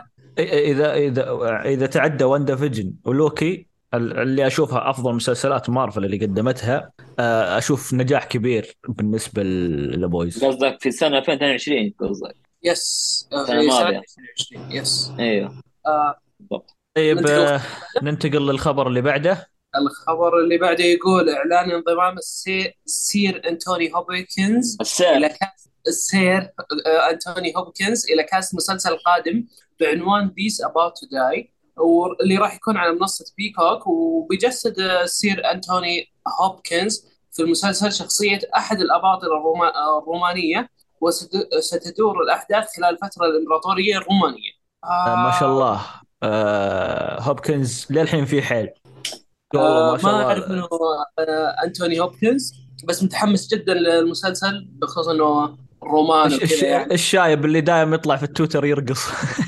اذا تعدى واندا فيجن ولوكي، اللي اشوفها افضل مسلسلات مارفل اللي قدمتها، اشوف نجاح كبير بالنسبه لبويز. قصدك في السنة 2022 قصدك؟ يس، السنة في سنة الماضية. 2020. يس. ايوه آه بالضبط. طيب، ننتقل. ننتقل للخبر اللي بعده. الخبر اللي بعده يقول إعلان انضمام السير أنتوني هوبكنز إلى السير. كاست السير أنتوني هوبكنز إلى كاست مسلسل قادم بعنوان بيس أباوت تو داي، واللي راح يكون على منصة بيكوك. وبيجسد السير أنتوني هوبكنز في المسلسل شخصية أحد الأباطرة الرومانية، وستدور الأحداث خلال الفترة الإمبراطورية الرومانية. ما شاء آه الله. هوبكنز للحين في حيل، والله ما شاء ما أعرف الله. منه أنتوني هوبكنز، بس متحمس جدا للمسلسل بخصوص إنه رومان وكذا يعني. الشايب اللي دائما يطلع في التويتر يرقص.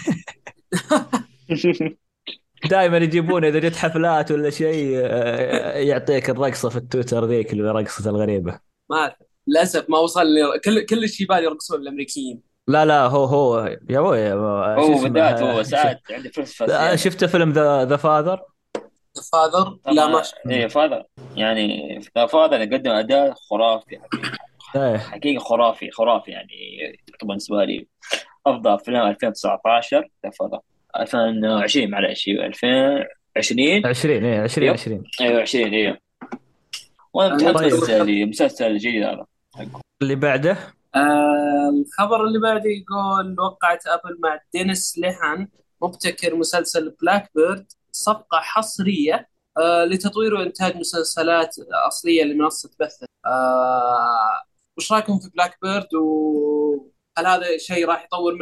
دائما يجيبونه اذا جت حفلات ولا شيء، يعطيك الرقصه في التويتر ذيك اللي رقصة الغريبه. ما أعرف، للأسف ما وصل لي. كل الشيبان يرقصون الأمريكيين. لا لا، هو يا ابوي، شو هو اسمه، بالذات هو ساعات عنده فلسفة زيادة. شفت فيلم ذا فاذر؟ فاذر، لا ما طبعا شفت. ايه فاذر. يعني فاذر قدم اداء خرافي حقيقي. ايه. حقيقي خرافي خرافي يعني. طبعا بالنسبه لي افضل فيلم 2019 فاذر. 2020 معلش، 2020. 20، ايه يب. 2020. ايوه 20 ايوه. وانا ننتقل طيب، متحمس لمسلسل جديد هذا حقه. اللي بعده. الخبر اللي بعده يقول وقعت أبل مع دينيس ليهان مبتكر مسلسل بلاك بيرد صفقة حصرية لتطوير وإنتاج مسلسلات أصلية لمنصة بث. وش رايكم في بلاك بيرد؟ وهل هذا شيء راح يطور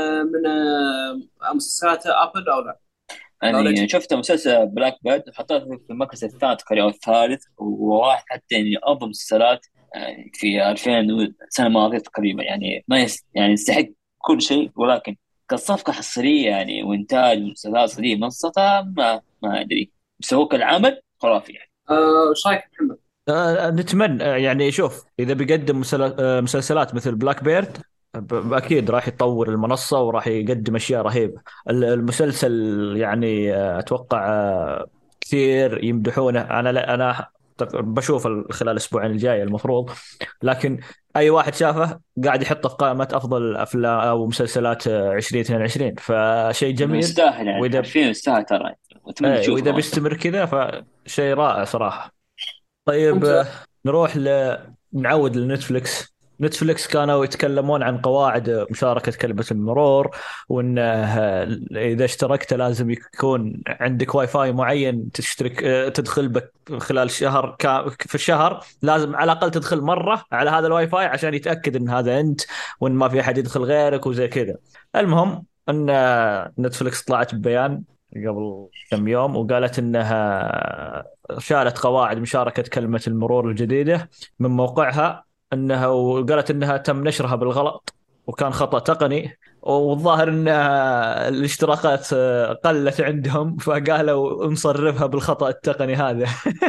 من مسلسلات ابل او لا؟ او لا يعني شفت مسلسل بلاك بيرد وحطيته في المركز الثالث تقريبا او الثالث، وواحد حتى يعني افضل مسلسلات في 2000 سنه ماضيه تقريبا. يعني ما يعني يستحق كل شيء، ولكن كصفقه حصريه يعني وانتاج مسلسلات اصليه منصتها ما ادري، بس هو كالعمل خرافي يعني. وش رايك محمد؟ نتمنى، يعني شوف، اذا بيقدم مسلسلات مثل بلاك بيرد، اكيد راح يطور المنصه وراح يقدم اشياء رهيبه. المسلسل يعني اتوقع كثير يمدحونه. انا لا انا بشوف خلال الاسبوعين الجايه المفروض، لكن اي واحد شافه قاعد يحطه في قائمه افضل افلام او مسلسلات 2022، فشيء انه جميل. يستاهل يعني، واذا حرفيا يستاهل ترى. اتمنى تشوفه واذا كمان. بيستمر كذا فشيء رائع صراحه. طيب، ممتاز. نروح نعود لنتفلكس. نتفلكس كانوا يتكلمون عن قواعد مشاركة كلمة المرور، وأن إذا اشتركت لازم يكون عندك واي فاي معين تشترك، تدخل بك خلال شهر، في الشهر لازم على الأقل تدخل مرة على هذا الواي فاي عشان يتأكد أن هذا أنت، وأن ما في أحد يدخل غيرك وزي كذا. المهم أن نتفلكس طلعت ببيان قبل كم يوم وقالت انها شالت قواعد مشاركة كلمة المرور الجديدة من موقعها، انها وقالت انها تم نشرها بالغلط وكان خطأ تقني، والظاهر ان الاشتراكات قلت عندهم فقالوا نصرفها بالخطأ التقني هذا.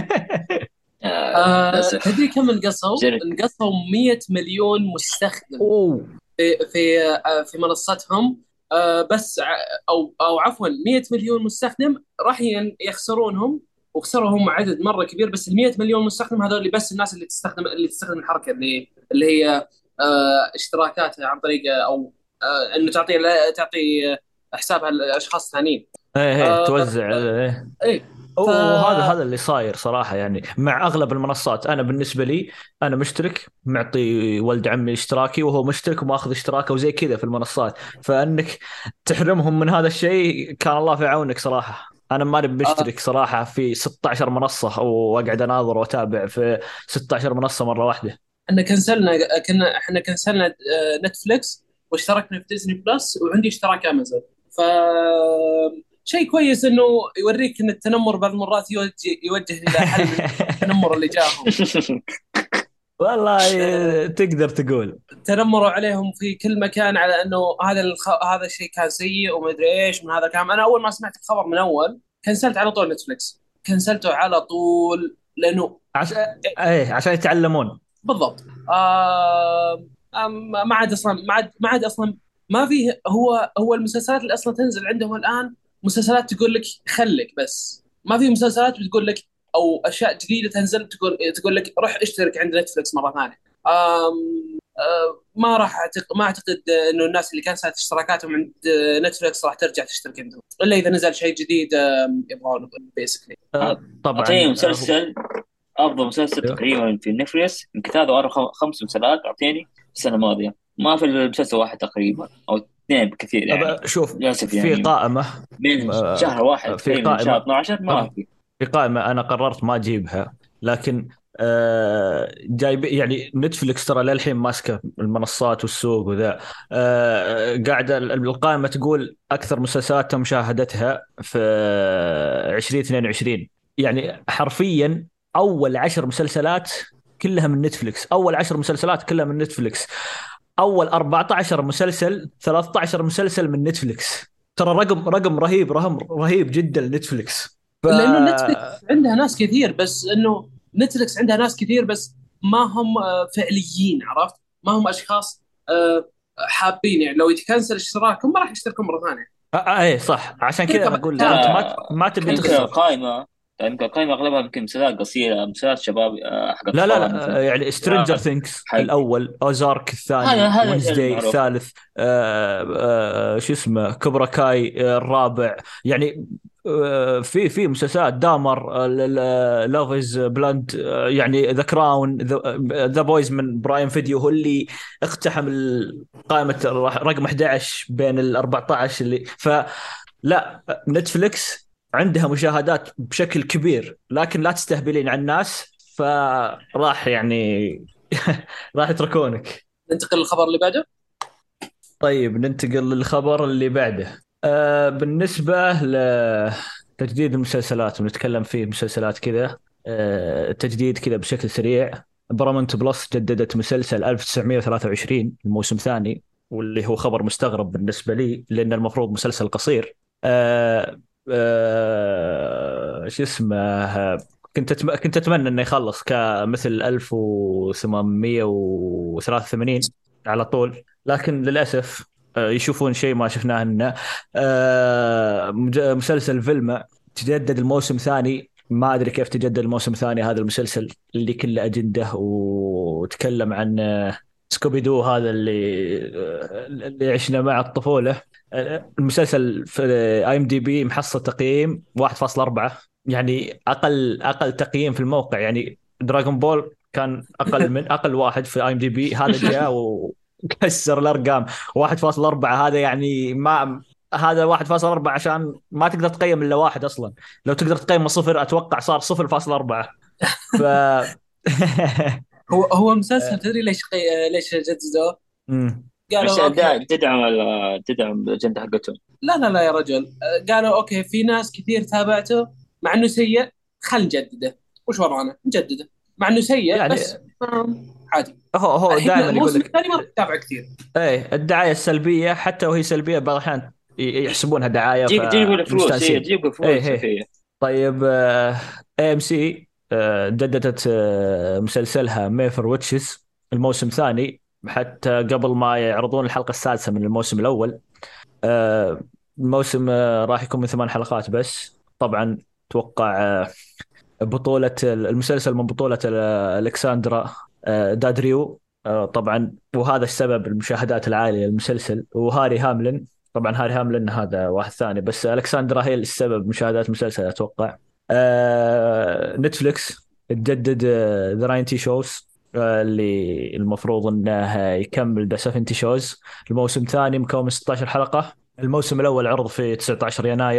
تدري للاسف. كم انقصوا؟ جري. انقصوا 100 مليون مستخدم اوه. في منصتهم. بس او عفوا 100 مليون مستخدم راح يخسرونهم، وخسروا هم عدد مره كبير. بس ال 100 مليون مستخدم هذول بس الناس اللي تستخدم الحركه اللي هي اشتراكات عن طريق، او انه تعطي حسابها لاشخاص ثانيين. ايه آه، توزع، ايه. ايه. ف وهذا اللي صاير صراحة، يعني مع أغلب المنصات. أنا بالنسبة لي أنا مشترك، معطي ولد عمي اشتراكي وهو مشترك وماخذ اشتراكه وزي كذا في المنصات، فأنك تحرمهم من هذا الشيء كان الله في عونك صراحة. انا ماني آه بشترك صراحه في 16 منصه واقعد اناظر واتابع في 16 منصه مره واحده. احنا كنسلنا نتفليكس، واشتركنا في ديزني بلس، وعندي اشتراك امازون. ف شيء كويس انه يوريك ان التنمر بعض المرات يوجه الى حل من التنمر اللي جاهم. والله تقدر تقول. تنمروا عليهم في كل مكان على انه هذا الشيء كان سيء وما ادري ايش من هذا الكلام. انا اول ما سمعت الخبر من اول كنسلت على طول نتفلكس، كنسلته على طول لانه عشان ايه عشان يتعلمون. بالضبط. ما عاد اصلا ما عاد اصلا ما فيه. هو المسلسلات اللي اصلا تنزل عندهم الان مسلسلات تقول لك خليك بس، ما في مسلسلات بتقول لك او اشياء جديده تنزل تقول لك روح اشترك عند نتفلكس مره ثانيه. ما اعتقد انه الناس اللي كانت اشتراكاتهم عند نتفلكس راح ترجع تشترك عندهم الا اذا نزل شيء جديد يبغونه بيسكلي. أعطيني طبعا مسلسل، افضل مسلسل تقريبا في نتفلكس يمكن ثلاث او خمس مسلسلات اعطيني السنه الماضيه، ما في المسلسل واحد تقريبا او اثنين بكثير يعني، شوف، للاسف في يعني. قائمه بين شهر واحد في تقريبا شهر قائمه 12 ما في. في قائمة أنا قررت ما أجيبها، لكن جايب يعني نتفلكس ترى للحين ماسكة المنصات والسوق وذا. قاعدة القائمة تقول أكثر مسلسلات تم مشاهدتها في 2022. يعني حرفيا أول 10 مسلسلات كلها من نتفلكس، أول 10 مسلسلات كلها من نتفلكس، أول 14 مسلسل 13 مسلسل من نتفلكس. ترى رقم رهيب، رقم رهيب جدا لنتفلكس. ف لانه نتفلكس عندها ناس كثير، بس انه نتفلكس عندها ناس كثير بس ما هم فعليين، عرفت؟ ما هم اشخاص حابين. يعني لو يتكنسل اشتراكهم ما راح يشتركون مره ثانيه. ايه صح، عشان كذا انا طبعا اقول انت ترى ما تبي يمكن تخسر. القائمه، يمكن القائمه اغلبها يمكن مسلسلات قصيره، مسلسلات شباب حق لا لا اطفال لا، مثلا. يعني سترينجر آه، ثينكس حق الاول، اوزارك هذا الثاني، هذا الاشياء وينزداي المعروفه. الثالث، شو اسمه، كوبرا كاي الرابع. يعني في مسلسلات دامر، لاف از بلاند، يعني ذا كراون، ذا بويز من برايم فيديو هو اللي اقتحم قائمة رقم 11 بين ال 14 اللي لا. نتفليكس عندها مشاهدات بشكل كبير، لكن لا تستهبلين على الناس، فراح يعني راح يتركونك. ننتقل للخبر اللي بعده. طيب ننتقل للخبر اللي بعده. بالنسبة لتجديد المسلسلات، ونتكلم فيه مسلسلات كذا. تجديد كذا بشكل سريع. برامونت بلس جددت مسلسل 1923 الموسم الثاني، واللي هو خبر مستغرب بالنسبة لي لأن المفروض مسلسل قصير. آه، شو اسمه، كنت أتمنى إنه يخلص كمثل 1883 على طول، لكن للأسف يشوفون شيء ما شفناه لنا. مسلسل فيلما تجدد الموسم ثاني. ما أدري كيف تجدد الموسم الثاني هذا المسلسل اللي كله أجندة وتكلم عن سكوبي دو هذا اللي عشنا مع الطفولة. المسلسل في اي ام دي بي محصل تقييم 1.4، يعني اقل تقييم في الموقع. يعني دراغون بول كان اقل واحد في اي ام دي بي، هذا جاء وكسر الارقام. 1.4 هذا يعني ما هذا 1.4 عشان ما تقدر تقيم الا واحد اصلا. لو تقدر تقيم صفر اتوقع صار 0.4. ف هو مسلسل تدري ليش جددوه؟ أمم. قالوا عشان اوكي. تدعم الاجنده حقتهم. لا يا رجل، قالوا اوكي في ناس كثير تابعته مع انه سيء، خل نجدده. وش ورانا نجدده مع انه سيء يعني بس عادي. هو الحين دائما يقول الموسم لك الثاني ما راح تتابع كثير. ايه الدعايه السلبيه، حتى وهي سلبيه بعض الاحيان يحسبونها دعايه تجيب لك فلوس، هي فمستانسين. تجيب لك ايه فلوس ايه. فيه. طيب اي ام سي جددت مسلسلها ميفر ويتشز الموسم الثاني، حتى قبل ما يعرضون الحلقه السادسه من الموسم الاول. الموسم راح يكون من 8 حلقات بس. طبعا توقع بطولة المسلسل من بطولة ألكسندرا دادريو طبعا، وهذا السبب المشاهدات العالية للمسلسل. وهاري هاملين، طبعا هاري هاملين هذا واحد ثاني، بس ألكسندرا هي السبب مشاهدات المسلسل أتوقع. نتفليكس تجدد ذا 90 شوز، اللي المفروض انه يكمل ذا 70 شوز. الموسم الثاني مكون من 16 حلقة. الموسم الأول عرض في 19 يناير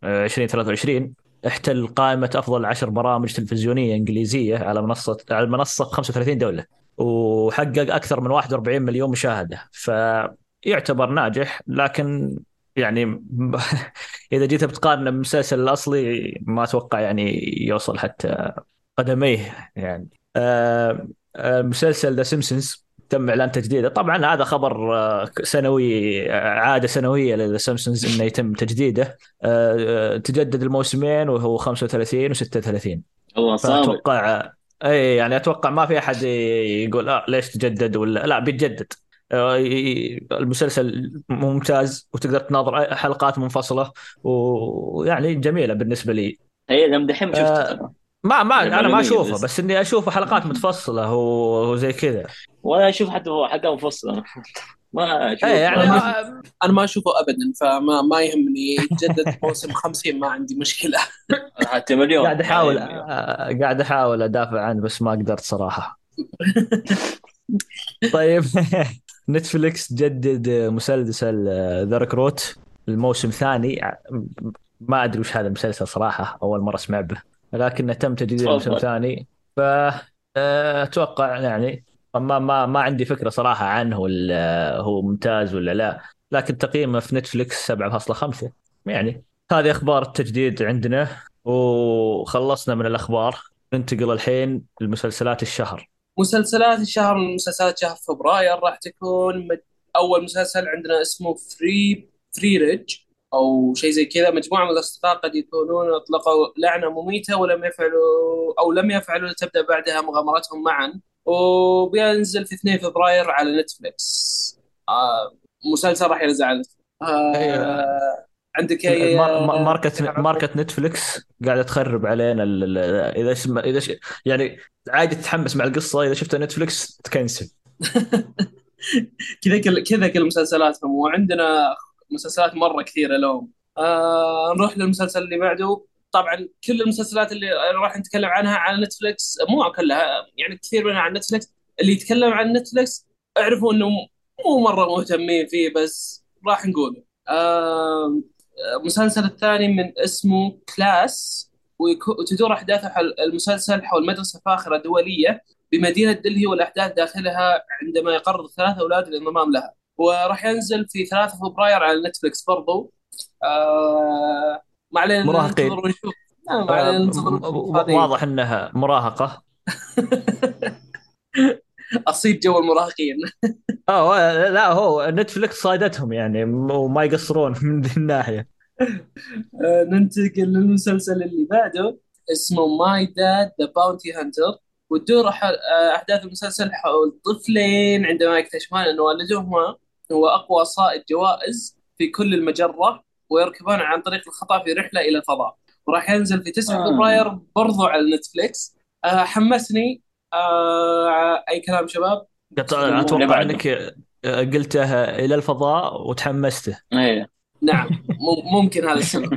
2023 احتل قائمة أفضل 10 برامج تلفزيونية إنجليزية على المنصة في 35 دولة، وحقق أكثر من 41 مليون مشاهدة، فيعتبر ناجح. لكن يعني إذا جيت بتقارن بالمسلسل الأصلي ما أتوقع يعني يوصل حتى قدميه يعني. مسلسل ذا سيمبسونز تم إعلان تجديده. طبعا هذا خبر سنوي، عادة سنوية لذا سيمبسونز إنه يتم تجديده. تجدد الموسمين وهو 35 و36. الله صابر. فأتوقع أي يعني أتوقع ما في أحد يقول ليش تجدد، ولا لا بيتجدد. المسلسل ممتاز وتقدر تناظر حلقات منفصلة ويعني جميلة بالنسبة لي. هي لما دحين شفته آه، ترى. ما هذه انا ما معلوميه اشوفه، بس. بس اني اشوفه حلقات متفصله وزي كذا. ولا اشوف حتى هو حلقه مفصله. ما ايه اشوف يعني ما انا قد. انا ما اشوفه ابدا، فما يهمني يتجدد موسم 50، ما عندي مشكله. حتى مليون قاعد ما احاول يهمني. قاعد احاول ادافع عنه بس ما قدرت صراحه. طيب. نتفليكس جدد مسلسل ذا ريكروت الموسم ثاني. ما ادري وش هذا المسلسل صراحه، اول مره اسمع به، لكنه تم تجديد الموسم تفضل. ثاني. ف اتوقع يعني ما عندي فكره صراحه عنه، ولا هو ممتاز ولا لا. لكن تقييمه في نتفليكس 7.5 يعني. هذه اخبار التجديد عندنا، وخلصنا من الاخبار. ننتقل الحين لمسلسلات الشهر. مسلسلات الشهر، من مسلسلات شهر فبراير راح تكون اول مسلسل عندنا اسمه فري ريج او شيء زي كذا. مجموعه من الاصدقاء قد يكونون اطلقوا لعنه مميته لم يفعلوا لتبدا بعدها مغامرتهم معا، وبينزل في 2 فبراير على نتفليكس. مسلسل راح ينزل على نتفليكس. ايوه. عندك اي ماركة نتفليكس قاعدة تخرب علينا يعني عادي تتحمس مع القصة، إذا شفتها نتفليكس تكنسل. كذا كل مسلسلاتهم، وعندنا مسلسلات مره كثيره لهم. نروح للمسلسل اللي بعده. طبعا كل المسلسلات اللي راح نتكلم عنها على نتفلكس، مو كلها يعني، كثير منها على نتفلكس. اللي يتكلم عن نتفلكس اعرفوا انه مو مره مهتمين فيه، بس راح نقوله. المسلسل الثاني من اسمه كلاس، وتدور احداث المسلسل حول مدرسه فاخره دوليه بمدينة دلهي، والأحداث داخلها عندما يقرر 3 أولاد الانضمام لها. وراح ينزل في 3 فبراير على نتفلكس برضو. ما علينا إلا ننتظر مراهقين. ونشوف. ما علينا ننتظر ونشوف هذه. واضح انها مراهقة. أصيب جو المراهقين. لا هو نتفليكس صايدتهم يعني، وما يقصرون من ذي الناحية. ننتقل للمسلسل اللي بعده. اسمه ماي داد ذا باونتي هانتر. وتدور أحداث المسلسل حول طفلين عندما يكتشفون أن والدهما هو أقوى صائد جوائز في كل المجرة، ويركبون عن طريق الخطأ في رحلة إلى الفضاء. وراح ينزل في 9 فبراير برضو على نتفليكس. حمسني. أي كلام شباب. اللي اتوقع بعده. انك قلته الى الفضاء وتحمسته. ايه. نعم، ممكن هذا السبب.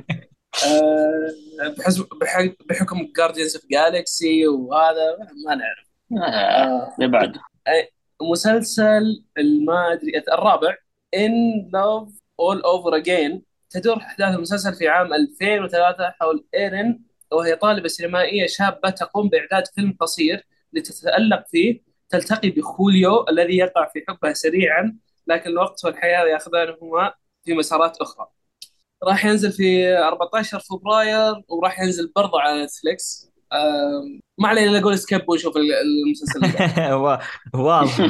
بحكم جارديانز اوف جالكسي وهذا ما نعرف. اللي بعده. مسلسل ما ادري الرابع، In Love All Over Again. تدور احداث المسلسل في عام 2003 حول ايرين، وهي طالبة سينمائية شابة تقوم بإعداد فيلم قصير لتتألق فيه. تلتقي بخوليو الذي يقع في حبها سريعا، لكن الوقت والحياة يأخذانهما في مسارات أخرى. راح ينزل في 14 فبراير، وراح ينزل برضه على نتفليكس. ما علينا نقول سكيب ونشوف المسلسل اللي بعده. واضح.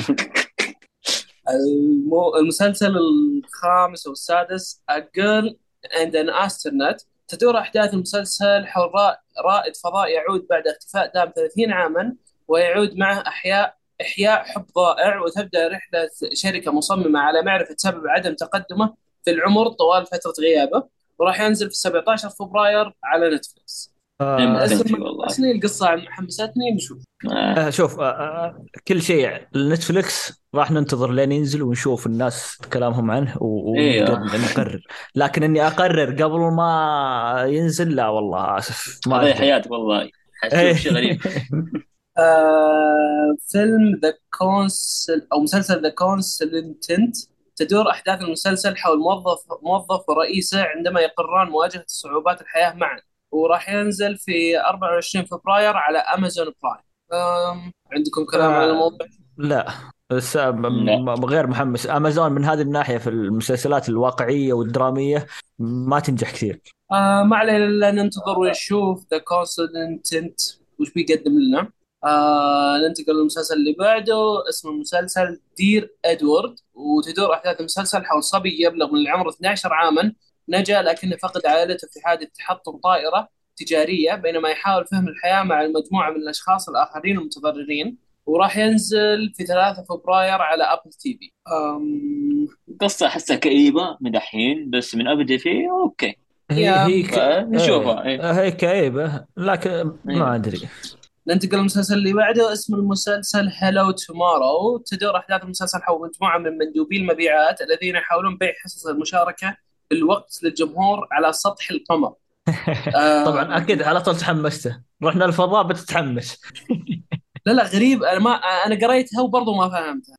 المسلسل الخامس والسادس A Girl and an Astronaut. تدور أحداث المسلسل حول رائد فضاء يعود بعد اختفاء دام 30 عاما، ويعود معه إحياء حب ضائع، وتبدأ رحلة شركة مصممة على معرفة سبب عدم تقدمه في العمر طوال فترة غيابه. وراح ينزل في 17 فبراير على نتفلكس. ممكن الاسم في والله. حمسني، القصة محمستني، نشوف. شوف، كل شيء لنتفليكس راح ننتظر لين ينزل ونشوف الناس كلامهم عنه ونقدر ايوه. نقرر. لكن اني اقرر قبل ما ينزل، لا والله اسف ما هذه اقدر. حياتك والله. حتشوف شيء غريب. فيلم ذا كونسل او مسلسل ذا كونسلتنت. تدور أحداث المسلسل حول موظف ورئيسه عندما يقرران مواجهة صعوبات الحياة معا. وراح ينزل في 24 فبراير على أمازون برايم. عندكم كلام عن آه الموضوع؟ لا، بس لا. غير محمس. امازون من هذه الناحيه في المسلسلات الواقعيه والدراميه ما تنجح كثير. ما علينا إلا ننتظر ونشوف ذا كونسلتنت وش بيقدم لنا. ننتقل للمسلسل اللي بعده. اسم المسلسل دير إدوارد، وتدور أحداث المسلسل حول صبي يبلغ من العمر 12 عاما، نجا لكنه فقد عائلته في حادث تحطم طائرة تجارية بينما يحاول فهم الحياة مع المجموعة من الأشخاص الآخرين المتضررين. وراح ينزل في 3 فبراير على أبل تي في. قصة أحسها كئيبة من دحين، بس من أبدا فيه أوكي. يا نشوفها إيه. هي كئيبه لكن ما إيه. ادري. ننتقل للمسلسل اللي بعده. اسم المسلسل هلو تومورو. تدور أحداث المسلسل حول مجموعة من مندوبي المبيعات الذين يحاولون بيع حصص المشاركة بالوقت للجمهور على سطح القمر. طبعا آم، اكيد على طول تحمسته، رحنا الفضاء بتتحمس. لا لا، غريب. أنا قريتها وبرضه ما فهمتها.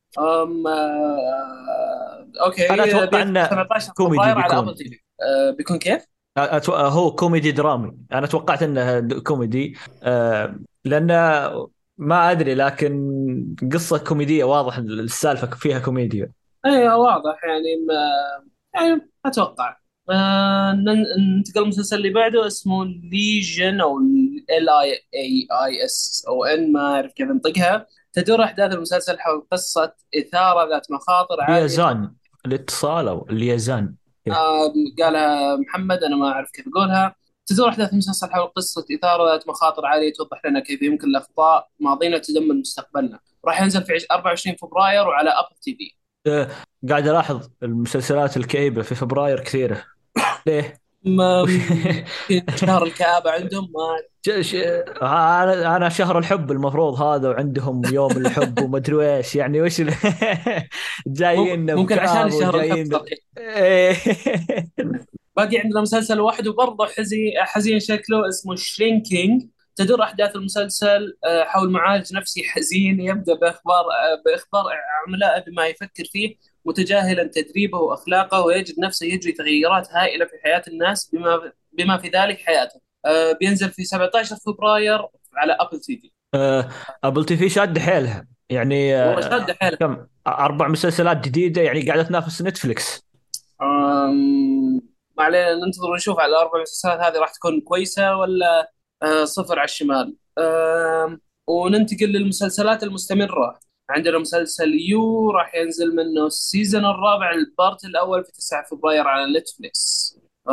انا أوكي. اتوقع بينزل انه 17 كوميدي فبراير على أبل بيكون. تي في. بيكون كيف؟ هو كوميدي درامي، انا توقعت انه كوميدي. لانه ما ادري، لكن قصة كوميدية واضح السالفة فيها كوميديا. ايوه واضح يعني. يعني اتوقع. ننتقل للمسلسل اللي بعده. اسمه ليجن او LIAIS او ان، ما اعرف كيف انطقها. تدور احداث المسلسل حول قصه اثاره ذات مخاطر عاليه. اليازان، الاتصال او اليازان. إيه. قالها محمد، انا ما اعرف كيف اقولها. تدور احداث المسلسل حول قصه اثاره ذات مخاطر عاليه توضح لنا كيف يمكن الاخطاء ماضينا تدمر مستقبلنا. راح ينزل في 24 فبراير وعلى ابل تي في. آه، قاعد الاحظ المسلسلات الكئيبة في فبراير كثيرة. ليه؟ ما وش؟ يمكن شهر الكآبة عندهم، ما. انا شهر الحب المفروض هذا، وعندهم يوم الحب ومدري ايش، يعني وش جايين ممكن عشان بكاب شهر الحب وجايين صحيح. إيه. باقي عندنا مسلسل واحد وبرضه حزين حزين شكله، اسمه شرينكينج. تدور أحداث المسلسل حول معالج نفسي حزين يبدأ بإخبار عملائه بما يفكر فيه، متجاهلا تدريبه وأخلاقه، ويجد نفسه يجري تغيرات هائلة في حياة الناس بما في ذلك حياته. بينزل في 17 فبراير على أبل تي في. ابل تي في شاد حيلها يعني. والله شاد حيله. كم 4 مسلسلات جديدة يعني قاعدة تنافس نتفليكس. أم، ما علينا، ننتظر ونشوف على الأربع مسلسلات هذه راح تكون كويسة ولا صفر على الشمال. وننتقل للمسلسلات المستمرة. عندنا مسلسل يو راح ينزل منه السيزون الرابع البارت الأول في 9 فبراير على نتفليكس.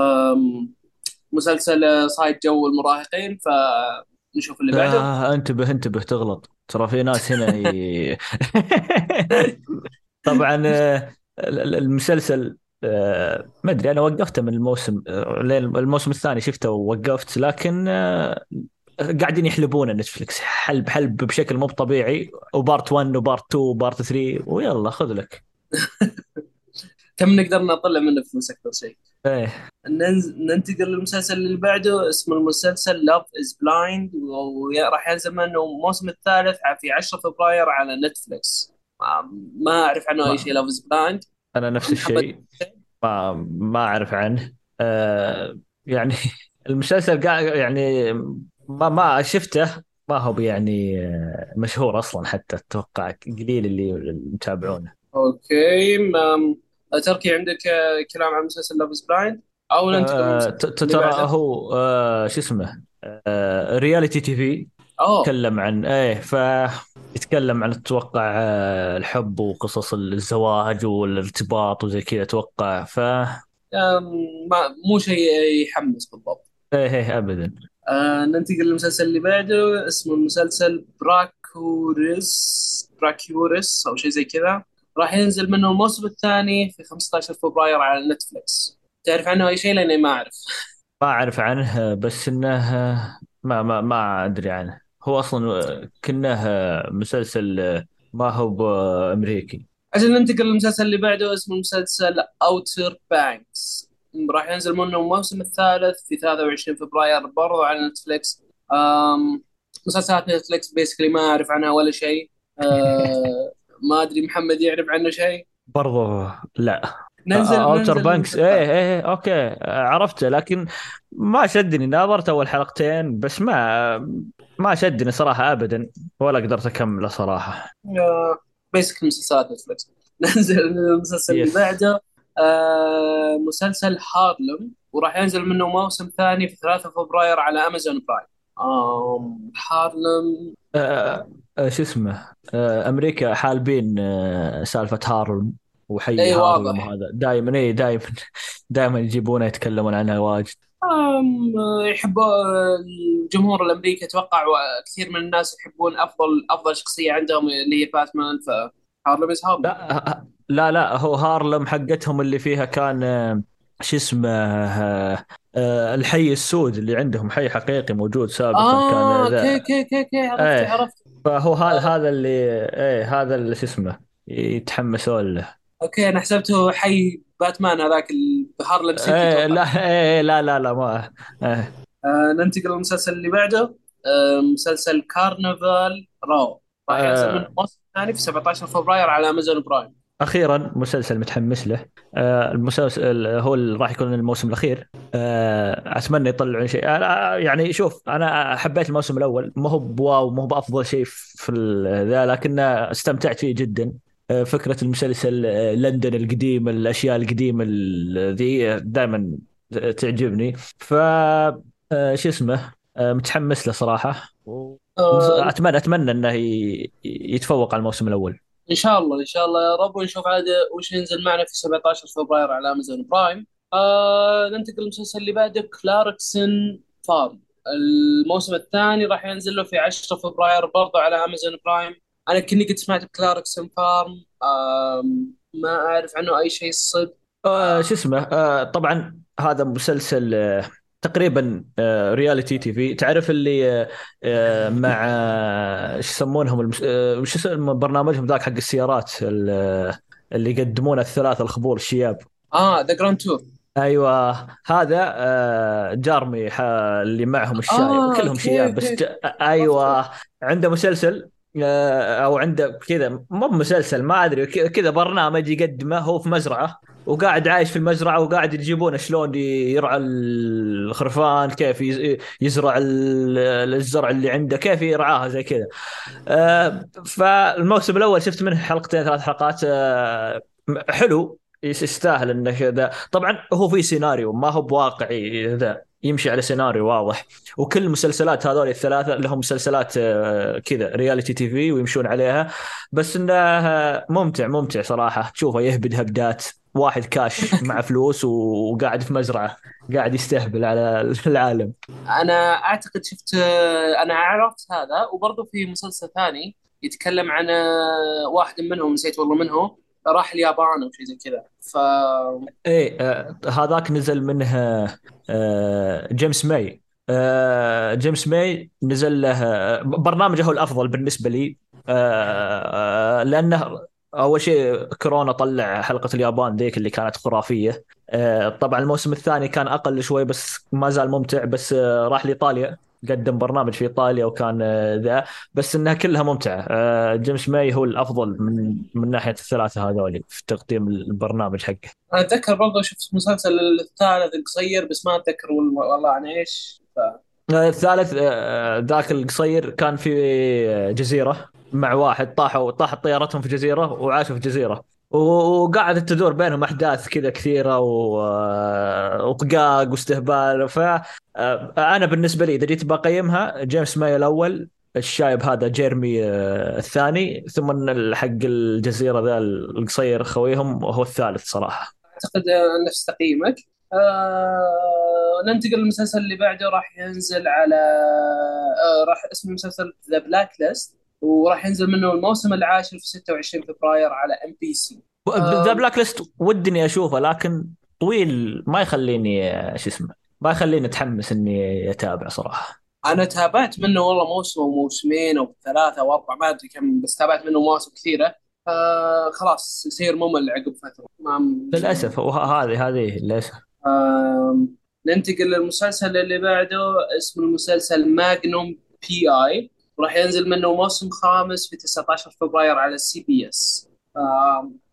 مسلسل صايد جو المراهقين، فنشوف اللي بعده. انتبه انتبه تغلط، ترى في ناس هنا طبعا المسلسل ما ادري، انا وقفته من الموسم لين الموسم الثاني شفته ووقفت، لكن قاعدين يحلبون نتفلكس حلب حلب بشكل مو طبيعي، وبارت 1 وبارت 2 وبارت 3 ويلا خذ لك. كم نقدر نطلع منه فلوس أكثر شيء. ايه. ننتقل للمسلسل اللي بعده. اسم المسلسل لاف از بلايند، وراح ينزل منه الموسم الثالث في 10 فبراير على نتفليكس. ما اعرف عنه اي شيء ما لاف از بلايند. انا نفس محمد. الشيء، ما اعرف عنه. يعني المسلسل قاعد يعني ما شفته، ما هو يعني مشهور اصلا، حتى اتوقع قليل اللي متابعونه. اوكي. تركي عندك كلام عن مسلسل لاف از بلايند، او ننتقل للمسلسل اللي ترى بعده؟ هو شو اسمه، رياليتي تي في. اوه. يتكلم عن يتكلم عن اتوقع الحب وقصص الزواج والارتباط وزي كذا اتوقع أم، مو شيء يحمس بالضبط. ايه ابدا. ننتقل للمسلسل اللي بعده. اسمه المسلسل براكيوريس أو شيء زي كذا. راح ينزل منه الموسم الثاني في 15 فبراير على نتفلكس. تعرف عنه أي شيء؟ لأني ما أعرف. ما اعرف عنه، بس انه ما ادري عنه. هو اصلا كنه مسلسل ما هو بامريكي. عشان ننتقل للمسلسل اللي بعده. اسمه المسلسل أوتر بانكس. راح ينزل منه الموسم الثالث في 23 فبراير برضو على نتفلكس. مسلسلات نتفلكس بيسكلي ما أعرف عنها ولا شيء. ما أدري محمد يعرف عنه شيء؟ برضو لا. اوتر ننزل بانكس، الموسم الثالث. ايه اوكي، عرفته، لكن ما شدني. ناظرت اول حلقتين بس ما شدني صراحة ابدا، ولا قدرت اكمله صراحة. بيسك مسلسلات نتفلكس. ننزل المسلسل اللي يس. بعده. مسلسل هارلم، وراح ينزل منه موسم ثاني في 3 فبراير على امازون برايم. هارلم. شو اسمه، امريكا حالبين سالفة هارلم وحي اي هارلم، واضح. وهذا دائما، ايه دائما دائما يجيبونه يتكلمون عنها واجد. يحبوا الجمهور الامريكي اتوقع، وكثير من الناس يحبون افضل شخصيه عندهم اللي هي باتمان، فهارلم از هارلم. لا هو هارلم حقتهم اللي فيها كان شو اسمه، الحي السود اللي عندهم، حي حقيقي موجود سابقا كان كي ذا. كي كي كي عرفت ايه، عرفت. فهو هذا آه هذا اللي، ايه هذا اللي شو اسمه يتحمسون له. اوكي، انا حسبته حي باتمان هذاك بهارلم سيتي ايه اتوقع. لا، ايه لا ما ايه. ننتقل للمسلسل اللي بعده. مسلسل كارنفال رو، راح ينزل منه آه، موسم ثاني في 17 فبراير على امازون برايم. اخيرا مسلسل متحمس له. المسلسل هو اللي راح يكون الموسم الاخير. اتمنى يطلعون شيء. يعني شوف، انا حبيت الموسم الاول، ما هو بواو، ما هو بافضل شيء في ذا، لكن استمتعت فيه جدا. فكره المسلسل، لندن القديم، الاشياء القديمه ذي دائما تعجبني. ف شو اسمه، متحمس له صراحه. آه اتمنى انه يتفوق على الموسم الاول. ان شاء الله ان شاء الله يا رب، ونشوف عاد وش ينزل معنا في 17 فبراير على امازون برايم. ننتقل للمسلسل اللي بعده، كلاركسون فارم. الموسم الثاني راح ينزل له في 10 فبراير برضه على امازون برايم. انا كني قد سمعت بكلاركسون فارم، ما اعرف عنه اي شيء الصدق. شو اسمه، طبعا هذا مسلسل تقريبا رياليتي تي في، تعرف اللي مع ايش يسمونهم وش اسم برنامجهم ذاك حق السيارات اللي يقدمونه الثلاثة الخبور الشياب. ذا جراند تور. ايوه، هذا جارمي اللي معهم الشايب كلهم اوكي شياب بس اوكي. عرفته. ايوه، عنده مسلسل، او عنده كذا، مو مسلسل، ما ادري، كذا برنامج يقدمه، هو في مزرعه وقاعد عايش في المزرعه، وقاعد يجيبونه شلون يرعى الخرفان، كيف يزرع الزرع اللي عنده، كيف يرعاها زي كذا. فالموسم الاول شفت منه حلقتين 3 حلقات، حلو، يستاهل انه كذا. طبعا هو في سيناريو، ما هو بواقعي، ذا يمشي على سيناريو واضح. وكل المسلسلات هذول الثلاثه لهم مسلسلات كذا رياليتي تي في ويمشون عليها. بس انه ممتع صراحه، تشوفه يهبد هبدات، واحد كاش مع فلوس وقاعد في مزرعه، قاعد يستهبل على العالم. انا اعتقد شفت، انا عرفت هذا، وبرضه في مسلسل ثاني يتكلم عن واحد منهم نسيت والله من هو، راح اليابان او شيء زي كذا ف ايه، هذاك نزل منه جيمس ماي. جيمس ماي نزل له برنامجه هو الافضل بالنسبه لي. لانه اول شيء كورونا طلع حلقه اليابان ذيك اللي كانت خرافيه. طبعا الموسم الثاني كان اقل شوي بس ما زال ممتع. بس راح لايطاليا، قدم برنامج في ايطاليا وكان ذا. بس انها كلها ممتعه. جيمس ماي هو الافضل من ناحيه الثلاثه هذول في تقديم البرنامج حقه. انا اتذكر برضه شفت مسلسل الثالث القصير، بس ما اتذكر والله عن ايش الثالث ذاك القصير كان في جزيرة مع واحد، طاحت طيارتهم في جزيرة وعاشوا في جزيرة، وقاعدة تدور بينهم أحداث كذا كثيرة وطقاق واستهبال. فأنا بالنسبة لي إذا جيت بقيمها، جيمس ماي الأول، الشايب هذا جيرمي الثاني، ثم حق الجزيرة ذا القصير خويهم هو الثالث صراحة. اعتقد نفس تقييمك. ننتقل للمسلسل اللي بعده، راح ينزل على راح اسم المسلسل ذا بلاك ليست، وراح ينزل منه الموسم العاشر في 26 فبراير على ام بي سي. ذا بلاك ليست ودني اشوفه، لكن طويل ما يخليني شو اسمه، ما يخليني اتحمس اني اتابع صراحه. انا تابعت منه والله موسم او موسمين او ثلاثة او اربعة ما ادري كم، بس تابعت منه مواسم كثيرة. خلاص يصير ممل عقب فترة ما. للاسف، هذه للاسف. ننتقل للمسلسل اللي بعده. اسم المسلسل ماجنوم بي اي، وراح ينزل منه موسم خامس في 19 فبراير على سي بي اس.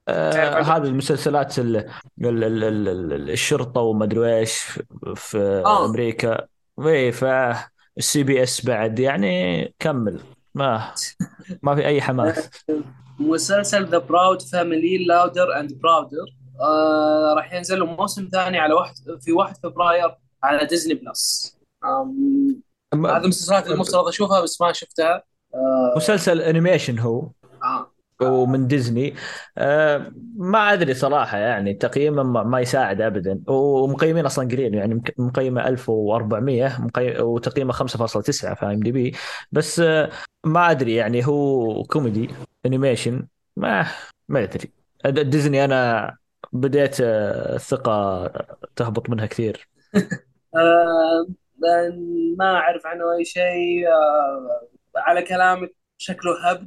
تعرف عنه؟ هذه المسلسلات الشرطة وما ادري ايش في اه امريكا. اي فالسي بي اس بعد يعني كمل. ما في اي حماس. مسلسل ذا براود فاميلي لاودر اند براودر، راح ينزل له موسم ثاني على في 1 فبراير على ديزني بلس. هذه م- المسلسلات المفترض اشوفها بس ما شفتها. آه مسلسل انيميشن هو، آه ومن ديزني. ما ادري صراحه، يعني تقييمه ما يساعد ابدا، ومقيمين اصلا قليل، يعني مقيمه 1400 وتقييمه 5.9 في ام دي بي. بس ما ادري، يعني هو كوميدي انيميشن. ما ادري. ديزني انا بديت الثقه تهبط منها كثير. آه ما اعرف عنه اي شيء. على كلامك شكله هبد.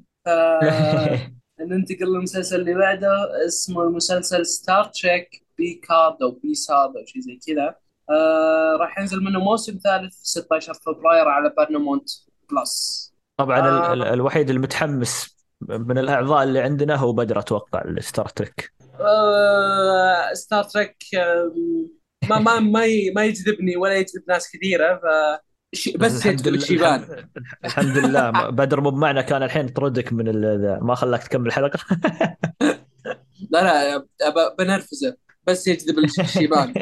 ننتقل للمسلسل اللي بعده. اسمه المسلسل ستار تريك بي كارد او بي سارد او شيء زي كذا. راح ينزل منه موسم ثالث في 16 فبراير على بارنامونت بلس. طبعا آه الوحيد المتحمس من الاعضاء اللي عندنا هو بدر، اتوقع الستار تريك. ستار تريك ما يجذبني ولا يجذب ناس كثيرة. بس الحمد يجذب لله، الشيبان. الحمد لله بدر مو بمعنى، كان الحين طردك من ذا، ما خلاك تكمل الحلقة. لا لا، بنرفزه. بس يجذب الشيبان.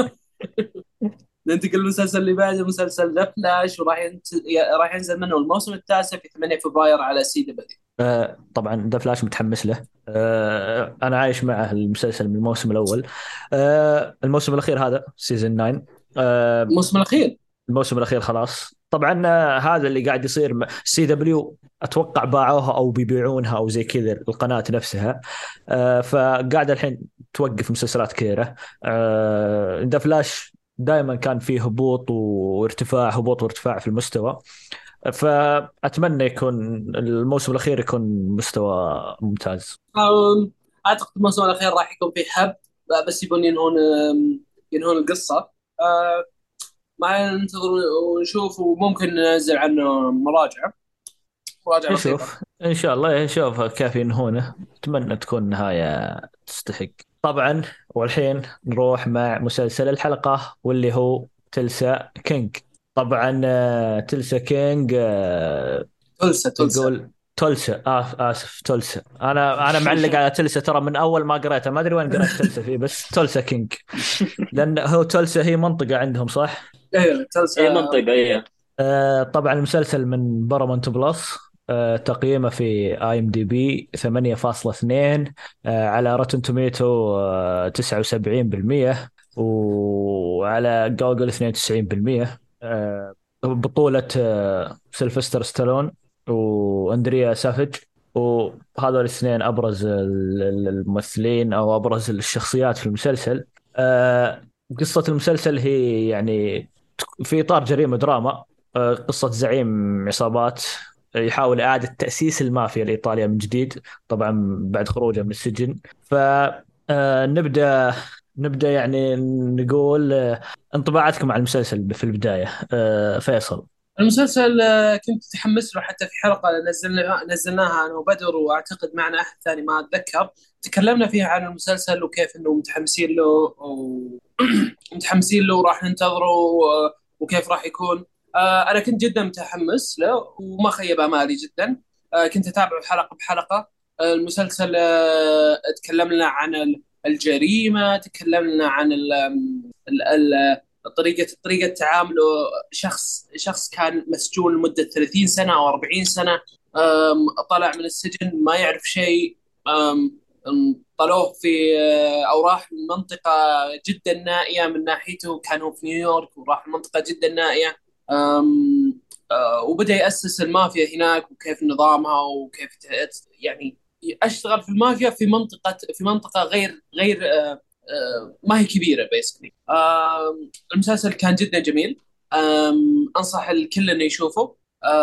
ننتقل للمسلسل اللي بعده، مسلسل ذا فلاش، راح ينزل منه الموسم التاسع في 8 فبراير على سي دبليو. طبعا ذا فلاش متحمس له. انا عايش معه المسلسل من الموسم الاول. الموسم الاخير هذا سيزون 9. آه، الموسم الاخير. الموسم الاخير خلاص طبعا. هذا اللي قاعد يصير سي دبليو، اتوقع باعوها او بيبيعونها او زي كذا القناه نفسها. فقاعد الحين توقف مسلسلات كثيره. ذا فلاش دائما كان فيه هبوط وارتفاع، هبوط وارتفاع في المستوى. فاتمنى يكون الموسم الاخير يكون مستوى ممتاز. اعتقد الموسم الاخير راح يكون فيه حب. بس يبون ينهون القصه. آه، ما ننتظر ونشوف، وممكن ننزل عنه مراجعه بسيطه. نشوف ان شاء الله، نشوف كيف ينهونه. اتمنى تكون نهايه تستحق طبعا. والحين نروح مع مسلسل الحلقه، واللي هو تلسا كينج. طبعا تلسا كينج تلسا. يقول تولسا. اسف تولسا. انا معلق على تلسا ترى من اول ما قريتها، ما ادري وين قريت تلسا فيه، بس تولسا كينج. لان هو تولسا هي منطقه عندهم، صح؟ ايوه اي تلسا. منطقة اي. طبعا المسلسل من بارامونت بلس. تقييمه في اي ام دي بي 8.2. على روتن توميتو 79%، وعلى جوجل 92%. بطولة سيلفستر ستالون واندريا سافيج. وهذول الاثنين ابرز الممثلين او ابرز الشخصيات في المسلسل. قصة المسلسل هي يعني في إطار جريمة دراما. قصة زعيم عصابات يحاول إعادة تأسيس المافيا الإيطالية من جديد، طبعا بعد خروجه من السجن. فنبدأ يعني نقول انطباعاتكم على المسلسل في البداية. فيصل. المسلسل كنت متحمس له، حتى في حلقة نزلناها أنا وبدر، وأعتقد معنا أحد ثاني ما أتذكر. تكلمنا فيها عن المسلسل وكيف إنه متحمسين له متحمسين له وراح ننتظره، وكيف راح يكون. أنا كنت جدا متحمس له وما خيب آمالي جدا. كنت أتابعه حلقة بحلقة. المسلسل تكلمنا عن الجريمة، تكلمنا عن طريقة تعامله. شخص كان مسجون لمدة 30 سنة أو 40 سنة. طلع من السجن ما يعرف شيء. طلوه في أو راح لمنطقة جدا نائية. من ناحيته كان هو في نيويورك وراح لمنطقة جدا نائية. وبدأ يأسس المافيا هناك وكيف نظامها وكيف يعني أشتغل في المافيا في منطقة غير ما هي كبيرة بيسكلي. المسلسل كان جدا جميل. أنصح الكل إنه يشوفه.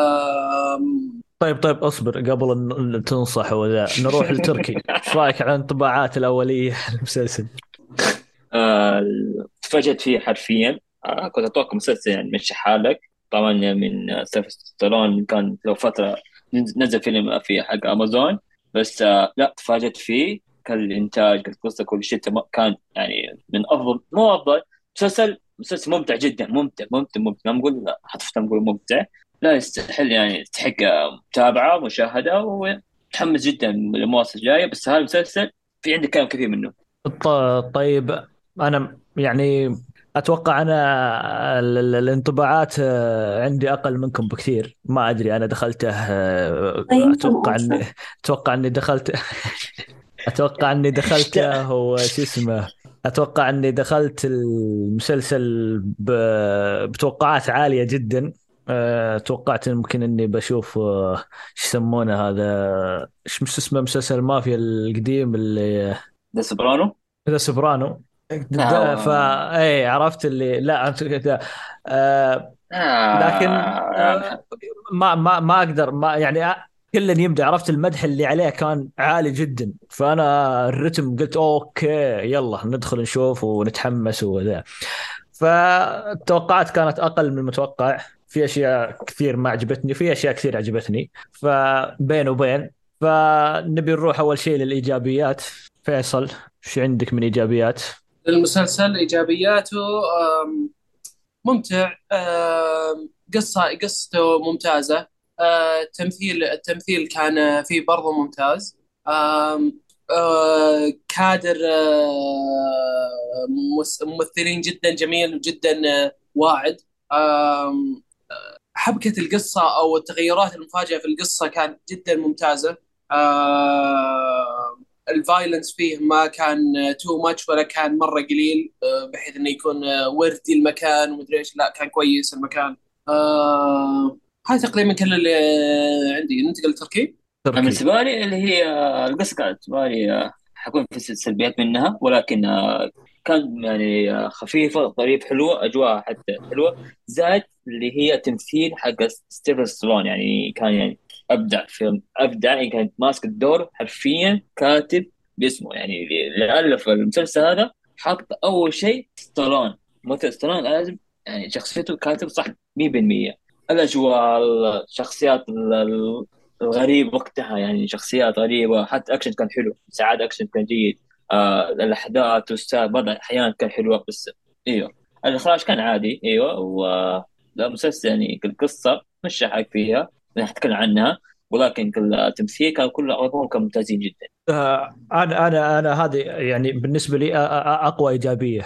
طيب اصبر قبل أن تنصح، وذا نروح لتركي. ايش رايك على الانطباعات الاوليه للمسلسل؟ آه، تفاجأت فيه حرفيا. كنت اتوقع مسلسل يعني مشي حالك. طبعا من سيلفستر ستالون كان له فترة نزل فيلم في حق امازون. بس لا، تفاجأت فيه. كالإنتاج كالقصة كل شيء كان يعني من أفضل، مو أفضل مسلسل ممتع جدا، ممتع ما نقول لا، حتى نقول ممتع، لا يستحل يعني يستحق متابعة مشاهدة، ومتحمس جدا للمواسم الجاية. بس هذا المسلسل في عندي كلام كثير منه. طيب، انا يعني اتوقع انا الانطباعات عندي اقل منكم بكثير. ما ادري، انا دخلته يمكن اتوقع اني أكثر. اتوقع اني دخلت اتوقع اني دخلته هو شو اسمه. اتوقع اني دخلت المسلسل بتوقعات عالية جدا. توقعت يمكن اني بشوف شو يسمونه هذا، مش اسمه، مسلسل المافيا القديم اللي ذا سوبرانو. ذا سوبرانو. آه. فا ايه عرفت اللي لا آه لكن آه. ما اقدر، ما يعني كل يبدا، عرفت المدح اللي عليه كان عالي جدا، فانا الرتم قلت اوكي يلا ندخل نشوف ونتحمس وذا. فالتوقعات كانت اقل من المتوقع، في اشياء كثير ما عجبتني، في اشياء كثير عجبتني، فبين وبين. فنبي نروح اول شيء للايجابيات. فيصل، ايش عندك من ايجابيات؟ المسلسل إيجابياته ممتع. قصته ممتازة. التمثيل كان فيه برضه ممتاز. آم، كادر ممثلين جدا جميل وجدا واعد. آم، حبكة القصة أو التغيرات المفاجئة في القصة كانت جدا ممتازة. الفايلنس فيه ما كان تو ماتش ولا كان مرة قليل، بحيث انه يكون وردي المكان ومدري ايش. لا، كان كويس المكان. هاي تقريبا كل اللي عندي. ننتقل لتركي. أنا تركي. بالنسبة لي اللي هي القصة كانت بالنسبة لي حكون في سلبيات منها، ولكن كان يعني خفيفة ظريف حلوة، أجواء حتى حلوة. زائد اللي هي تمثيل حق ستيفن ستالون، يعني كان يعني أبدع يعني، كان ماسك الدور حرفيا، كاتب باسمه يعني. اللي ألف المسلسل هذا حط أول شيء ستالون، مثل ستالون لازم يعني شخصيته كاتب صح 100%. الأجواء، الشخصيات الغريب وقتها، يعني شخصيات غريبة، حتى أكشن كان حلو ساعات، أكشن كان جيد. الأحداث والساب بعض الأحيان كان حلوة، بس أيوه الإخراج كان عادي. أيوه لا مسلسل يعني القصة مش حق فيها نتكلم عنها، ولكن التمثيل كان كله أغلبهم كانوا ممتازين جدا. انا هذه يعني بالنسبه لي اقوى ايجابيه.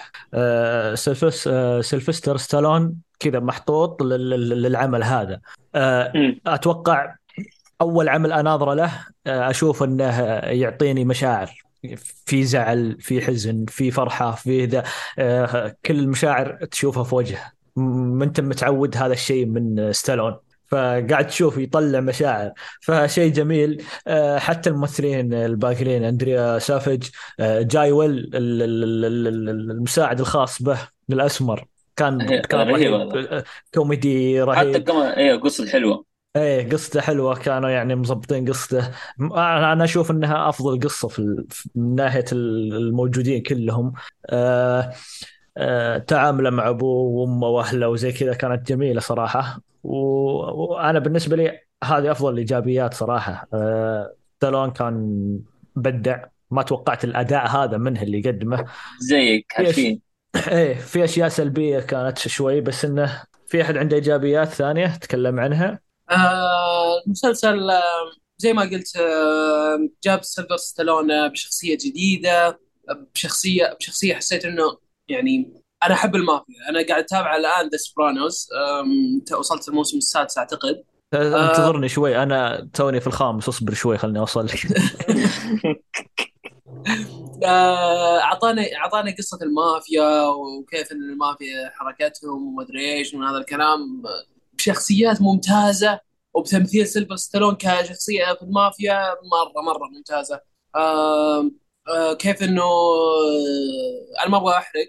سيلفستر ستالون كذا محطوط للعمل هذا. اتوقع اول عمل اناظره له، اشوف انه يعطيني مشاعر، في زعل، في حزن، في فرحه، في ذا. كل المشاعر تشوفها في وجهه. ما انت متعود هذا الشيء من ستالون، فقاعد تشوف يطلع مشاعر، فشيء جميل. حتى الممثلين الباقيين، اندريا سافيج، جاي ويل، المساعد الخاص به الاسمر، كان رهيب رهيب. هذا. كوميدي حتى رهيب. كمان أيوه قصة حلوة. ايه قصته حلوه، كانوا يعني مضبطين قصته. انا اشوف انها افضل قصه من ناحيه الموجودين كلهم. آه تعامله مع ابوه وامه واهله وزي كذا كانت جميله صراحه. وانا بالنسبه لي هذه افضل الايجابيات صراحه. تالون كان بدع، ما توقعت الاداء هذا منه اللي يقدمه. زيك في عارفين. ايه في اشياء سلبيه كانت شوي، بس انه في احد عنده ايجابيات ثانيه تكلم عنها. المسلسل زي ما قلت، جاب سيلفر ستالون بشخصية جديدة. بشخصية حسيت انه يعني انا احب المافيا. انا قاعد اتابع الان ذا سوبرانوس. وصلت الموسم السادس اعتقد. آه، انتظرني شوي، انا توني في الخامس، اصبر شوي خلني اوصل لك. اعطاني قصة المافيا وكيف ان المافيا حركتهم ومدري ايش من هذا الكلام، بشخصيات ممتازة. وبتمثيل سيلفر ستالون كشخصية في المافيا مرة ممتازة. آم، كيف انه انا ما ابغى احرق.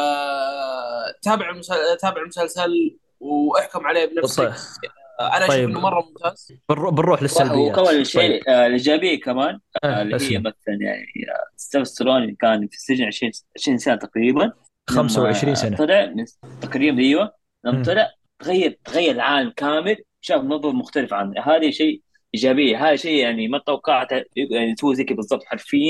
تابع المسلسل واحكم عليه بنفسك. طيب. انا اشوف انه طيب، مرة ممتاز. بنروح للسلبيات. وكمان طيب. الشيء الإيجابية كمان اللي هي اسلم. مثلا يعني ستيف ستالوني كان في السجن 20 سنة تقريبا. 25 لما سنة. طلع تقريبا أيوه، لما مم. طلع تغير العالم كامل، شاف نظرة مختلف عنه. هذه شيء إيجابية، هذا شيء يعني ما توقعت يعني تسوي زي كذا بالضبط حرفيا.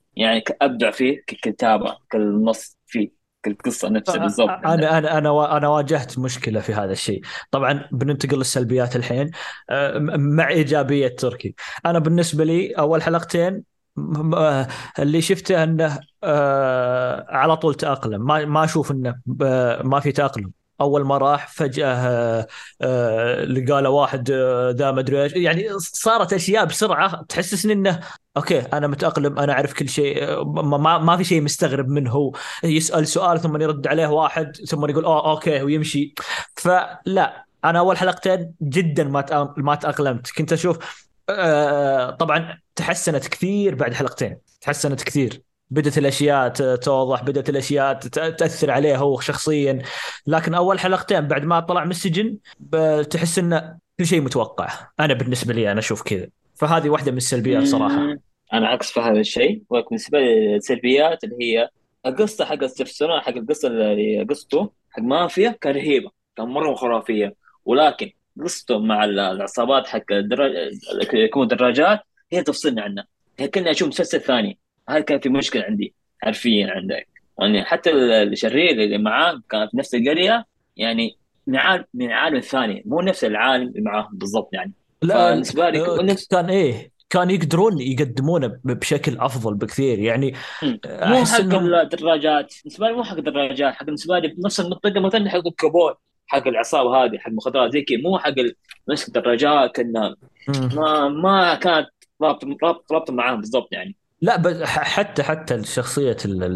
يعني ابدع فيه ككتابه، كالنص فيه، كالقصه نفسها بالضبط عندك. انا واجهت مشكله في هذا الشيء. طبعا بننتقل للسلبيات الحين. مع ايجابيه تركي. انا بالنسبه لي اول حلقتين اللي شفته انه على طول تأقلم. ما اشوف انه ما في تأقلم. اول ما راح فجأة لقى له واحد ذا ما ادري ايش، يعني صارت اشياء بسرعة تحسسني انه اوكي انا متأقلم، انا اعرف كل شيء. ما في شيء مستغرب منه. هو يسأل سؤال ثم يرد عليه واحد ثم يقول اوكي ويمشي. فلا، انا اول حلقتين جدا ما تأقلمت. كنت اشوف طبعا تحسنت كثير بعد حلقتين، تحسنت كثير. بدت الاشياء توضح، بدت الاشياء تاثر عليه هو شخصيا. لكن اول حلقتين بعد ما طلع من السجن تحس انه كل شيء متوقع. انا بالنسبه لي انا اشوف كذا. فهذه واحده من السلبيات صراحه. انا عكس في هذا الشيء، ولكن بالنسبه لي السلبيات اللي هي القصه حق السفسطة، حق القصه اللي قصته حق مافيا كان رهيبه، كان مره خرافيه. ولكن قصته مع العصابات حق يكون دراجات هي تفصلني عنه. هي كأني اشوف مسلسل ثاني. هاي كان في مشكله عندي حرفيا عندك. يعني حتى الشرير اللي معاه كان في نفس القريه، يعني من عالم ثاني، مو نفس العالم اللي معاه بالضبط يعني. لا فبالنسبه لي نفس. كان ايه، كان يقدرون يقدمونه بشكل افضل بكثير يعني. مو احس حق انهم الدراجات بالنسبه لي، مو حق الدراجات، حق بالنسبه لي بنفس المنطقه مثلا حق الكبول، حق العصابه هذه حق المخدرات زي كذا، مو حق مسك الدراجات انه ما كانت رابطه معاهم بالضبط يعني. لا بس حتى الشخصية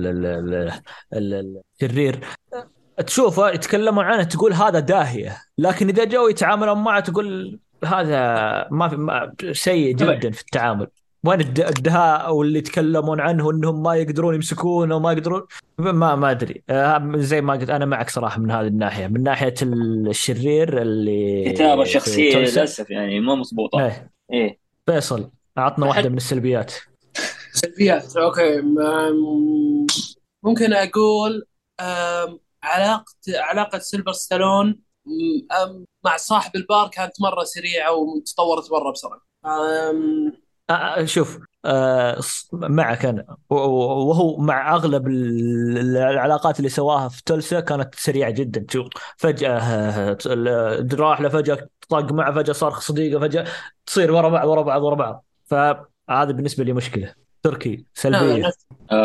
الشرير تشوفه يتكلموا عنه تقول هذا داهية، لكن إذا جو يتعاملون معه تقول هذا سيء تبع. جدا في التعامل. وين الدهاء واللي يتكلمون عنه انهم ما يقدرون يمسكونه وما يقدرون. ما ادري. زي ما قلت انا معك صراحة من هذه الناحية، من ناحية الشرير كتابه اللي في شخصيه تولسا. للاسف يعني مو مضبوطه. ايه. ايه. فيصل عطنا واحدة من حتى السلبيات. سلبيات اوكي. ممكن اقول علاقة سيلفر ستالون مع صاحب البار كانت مرة سريعة وتطورت مرة بسرعة. شوف معك أنا وهو مع أغلب العلاقات اللي سواها في تلسا كانت سريعة جدا. شوف فجأة راح له، فجأة طق معه، فجأة صار صديقه، فجأة تصير ورا بعض ورا بعض ورا بعض. فهذا بالنسبة لي مشكلة. تركي سلبية.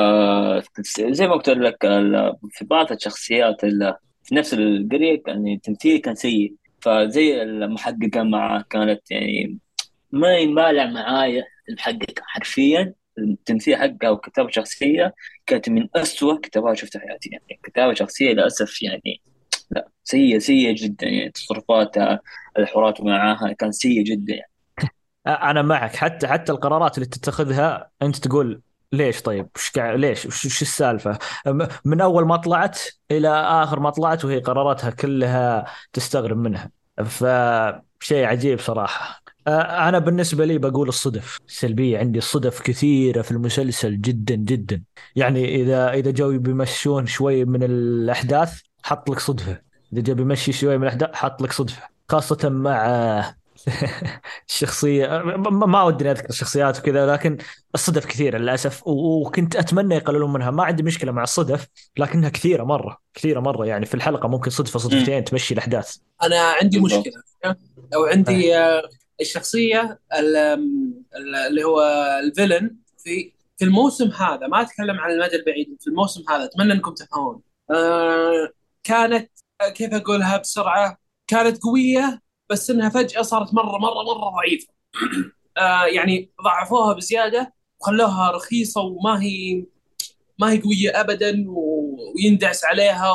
زي ما قلت لك في بعض الشخصيات في نفس القرية كان التمثيل كان سيء. فزي المحققة معه كانت يعني ما ينبالع معايا. المحققة حرفيا التمثيل حقها وكتابة شخصية كانت من أسوأ كتابات شفتها في حياتي. يعني كتابة شخصية للأسف يعني لا، سيئة سيئة جدا يعني. تصرفاتها، الحوارات معاها كان سيء جدا يعني. انا معك. حتى القرارات اللي تتخذها انت تقول ليش؟ طيب ليش؟ وش السالفه؟ من اول ما طلعت الى اخر ما طلعت وهي قراراتها كلها تستغرب منها. فشيء عجيب صراحه. انا بالنسبه لي بقول الصدف سلبيه عندي. الصدف كثيره في المسلسل جدا جدا. يعني اذا جو بيمشون شوي من الاحداث حط لك صدفه. اذا جو بيمشي شوي من الاحداث حط لك صدفه، خاصه مع الشخصية. ما ودي أذكر الشخصيات وكذا، لكن الصدف كثيرة للأسف. وكنت أتمنى يقللون منها. ما عندي مشكلة مع الصدف لكنها كثيرة مرة، كثيرة مرة. يعني في الحلقة ممكن صدفة امم صدفتين تمشي الأحداث. انا عندي مشكله، بالضبط. او عندي إيه. الشخصيه اللي هو الفيلن في الموسم هذا. ما اتكلم عن المدى البعيد، في الموسم هذا اتمنى انكم تفهمون. كانت كيف اقولها بسرعه، كانت قويه بس انها فجاه صارت مره ضعيفه. يعني ضعفوها بزياده وخلوها رخيصه، ما هي قويه ابدا ويندعس عليها.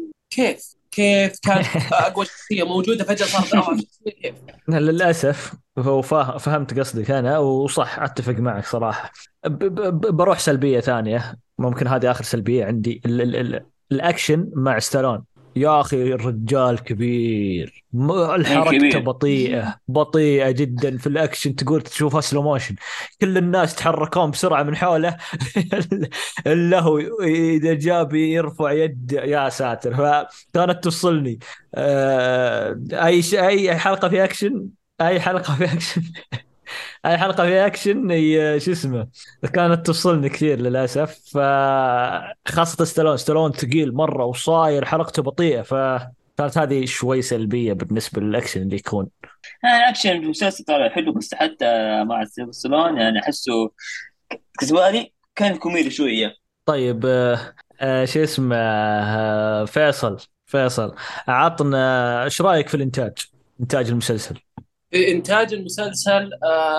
كيف كانت اقوى شخصيه موجوده فجاه صارت اضعف شخصيه؟ كيف؟ للأسف هو فهمت قصدك أنا، وصح أتفق معك صراحة. بروح سلبية ثانية. ممكن هذه آخر سلبية عندي. ال الأكشن مع ستالون. يا أخي الرجال كبير، الحركة كبير. بطيئة بطيئة جدا في الأكشن. تقول تشوفها سلو موشن، كل الناس تحركون بسرعة من حوله. إلا هو إذا جاب يرفع يد يا ساتر. فكانت تفصلني. أي حلقة في أكشن، اي حلقه في اكشن الحلقة فيها أكشن، شو اسمه، كانت تفصلني كثير للأسف. خاصة ستالون ثقيل مرة وصاير حركته بطيئة، فكانت هذه شوي سلبية بالنسبة للأكشن اللي يكون. الاكشن في المسلسل طالع حلو، بس حتى مع سلون يعني احسه كزوالي كان كوميدي شويه. طيب شو اسمه، فيصل عطنا ايش رايك في الانتاج، انتاج المسلسل؟ في إنتاج المسلسل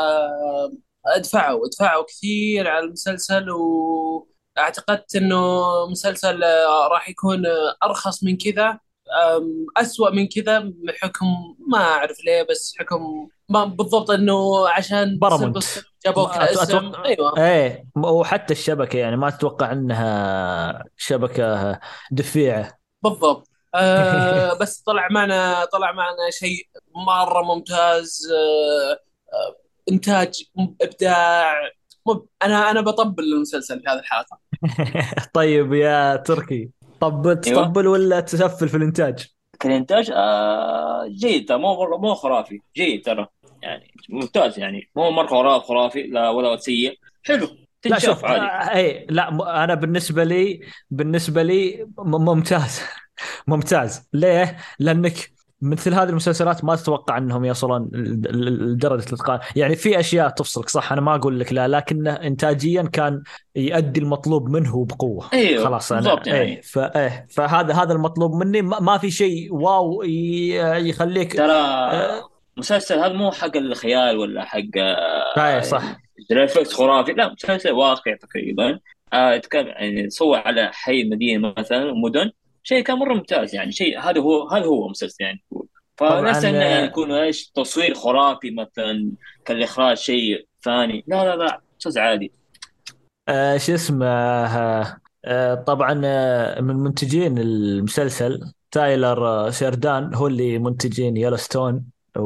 ادفعوا كثير على المسلسل، واعتقدت إنه مسلسل راح يكون أرخص من كذا، أسوأ من كذا، بحكم ما أعرف ليه، بس حكم ما بالضبط، إنه عشان برمنت. سيلفستر جابوه كاسم. اتوقع أيوه ايه، وحتى الشبكه يعني ما تتوقع انها شبكه دفيعه. بالضبط. بس طلع معنا شيء مرة ممتاز. إنتاج، إبداع. أنا بطبل للمسلسل في هذه الحلقة. طيب يا تركي، ايوه، تطبل ولا تسفل في الانتاج؟ كالانتاج جيد ترى، مو خرافي، جيد ترى، يعني ممتاز، يعني مو مره خرافي لا ولا سيء، حلو لا شوف، تنشاف عادي. اي لا، انا بالنسبه لي ممتاز. ممتاز ليه؟ لانك مثل هذه المسلسلات ما تتوقع انهم يصلون لدرجه الاتقان. يعني في اشياء تفصلك صح، انا ما اقول لك لا، لكنه انتاجيا كان يؤدي المطلوب منه بقوه. ايوه خلاص بالضبط انا يعني. فهذا المطلوب مني، ما في شيء واو يخليك. ترى آه، مسلسل هذا مو حق الخيال ولا حق صح. جرافيكس خرافي، لا مسلسل واقعي تقريبا. يتكلم يعني صور على حي مدينة مثلا ومدن، شيء كان مرة ممتاز يعني، شيء هذا هو مسلسل يعني. فليس طبعا انه يعني يكون ايش تصوير خرافي مثلا، كالاخراج شيء ثاني، لا مسلسل عادي. شو اسمه، طبعا من منتجين المسلسل تايلر شيردان، هو اللي منتجين يellowstone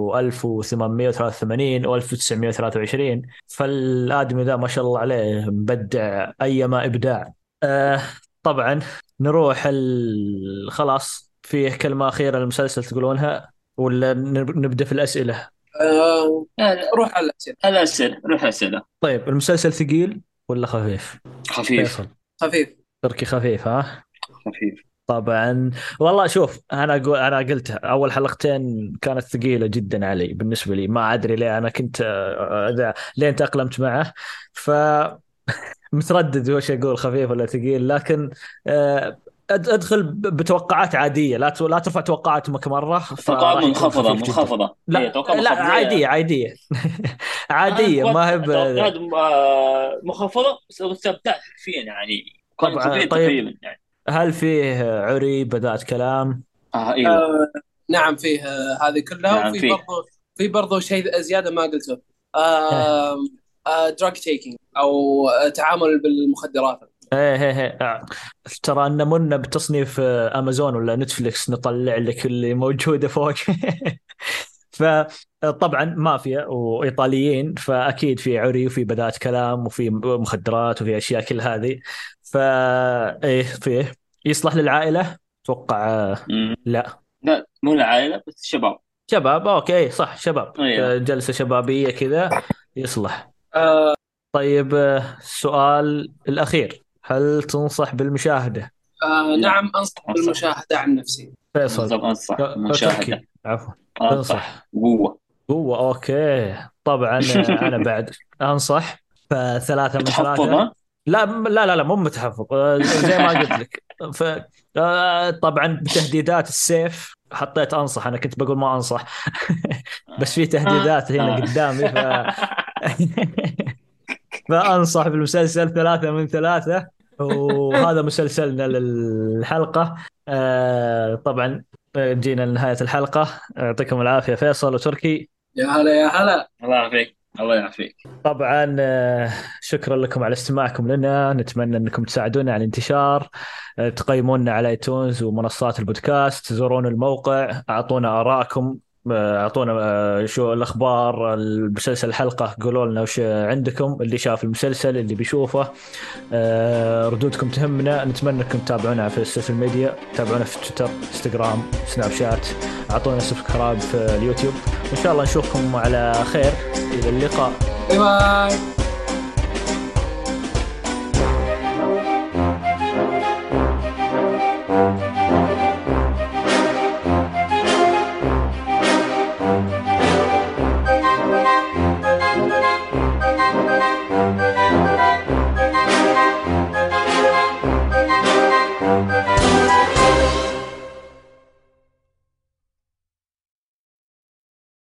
و1883 و1923. فالآدمي ذا ما شاء الله عليه مبدع أيما إبداع. آه، طبعا نروح خلاص، فيه كلمة أخيرة للمسلسل تقولونها ولا نبدأ في الأسئلة؟ لا لا، روح على الأسئلة. الاسئله روح اسئله. طيب المسلسل ثقيل ولا خفيف؟ خفيف. فيصل. خفيف. تركي خفيف ها؟ خفيف. طبعا. والله شوف، انا قلتها اول حلقتين كانت ثقيله جدا علي بالنسبه لي، ما ادري ليه، انا كنت لين تاقلمت معه. ف متردد وش اقول، خفيف ولا ثقيل، لكن ادخل بتوقعات عاديه، لا ترفع توقعاتك مره، توقعات فراح يكون منخفضه خفيف جدا. منخفضه، هي لا توقعات لا، منخفضه زي. عاديه. انا عاديه ما هي توقعات منخفضه، بس استمتعت فيها يعني، كان طبعا. خفيف طيب تقريبا يعني. هل فيه عري بدات كلام؟ ايوه. آه نعم، فيه هذه كلها، نعم وفي فيه. برضو شيء زيادة ما قلته. آه دراج تيكينج، أو تعامل بالمخدرات. ايه ترى ان منا بتصنيف امازون ولا نتفليكس نطلع لك اللي موجوده فوق. فطبعا مافيا وايطاليين، فاكيد في عري وفي بدات كلام وفي مخدرات وفي اشياء كل هذه. ايه فيه يصلح للعائله اتوقع. مم. لا لا مو العائله بس الشباب. شباب، اوكي صح شباب، ايوه. جلسه شبابيه كذا يصلح. آه طيب السؤال الاخير، هل تنصح بالمشاهده؟ لا نعم، أنصح انصح. بالمشاهدة عن نفسي. فيصل. بالضبط انصح مشاهده. تركي عفوا. انصح تنصح؟ قوه. هو اوكي طبعا. انا بعد انصح، فثلاثة من متحفظ ثلاثة. ها. لا مو متحفظ، زي ما قلت لك. ف طبعا بتهديدات السيف حطيت انصح، انا كنت بقول ما انصح. بس في تهديدات هنا آه. قدامي فانصح بالمسلسل 3 من 3. وهذا مسلسلنا للحلقة. طبعا جينا لنهاية الحلقة، يعطيكم العافية فيصل وتركي. يا هلا يا هلا. الله يعافيك الله يعافيك. طبعا شكرا لكم على استماعكم لنا، نتمنى انكم تساعدونا على الانتشار. تقيمونا على ايتونز ومنصات البودكاست، زورون الموقع، اعطونا ارائكم. اعطونا شو الاخبار المسلسل الحلقه، قولوا لنا وش عندكم، اللي شاف المسلسل اللي بيشوفه. ردودكم تهمنا، نتمنى انكم تتابعونا في السوشيال ميديا، تابعونا في تويتر انستغرام سناب شات، اعطونا سبسكرايب في اليوتيوب، وان شاء الله نشوفكم على خير. الى اللقاء. باي باي.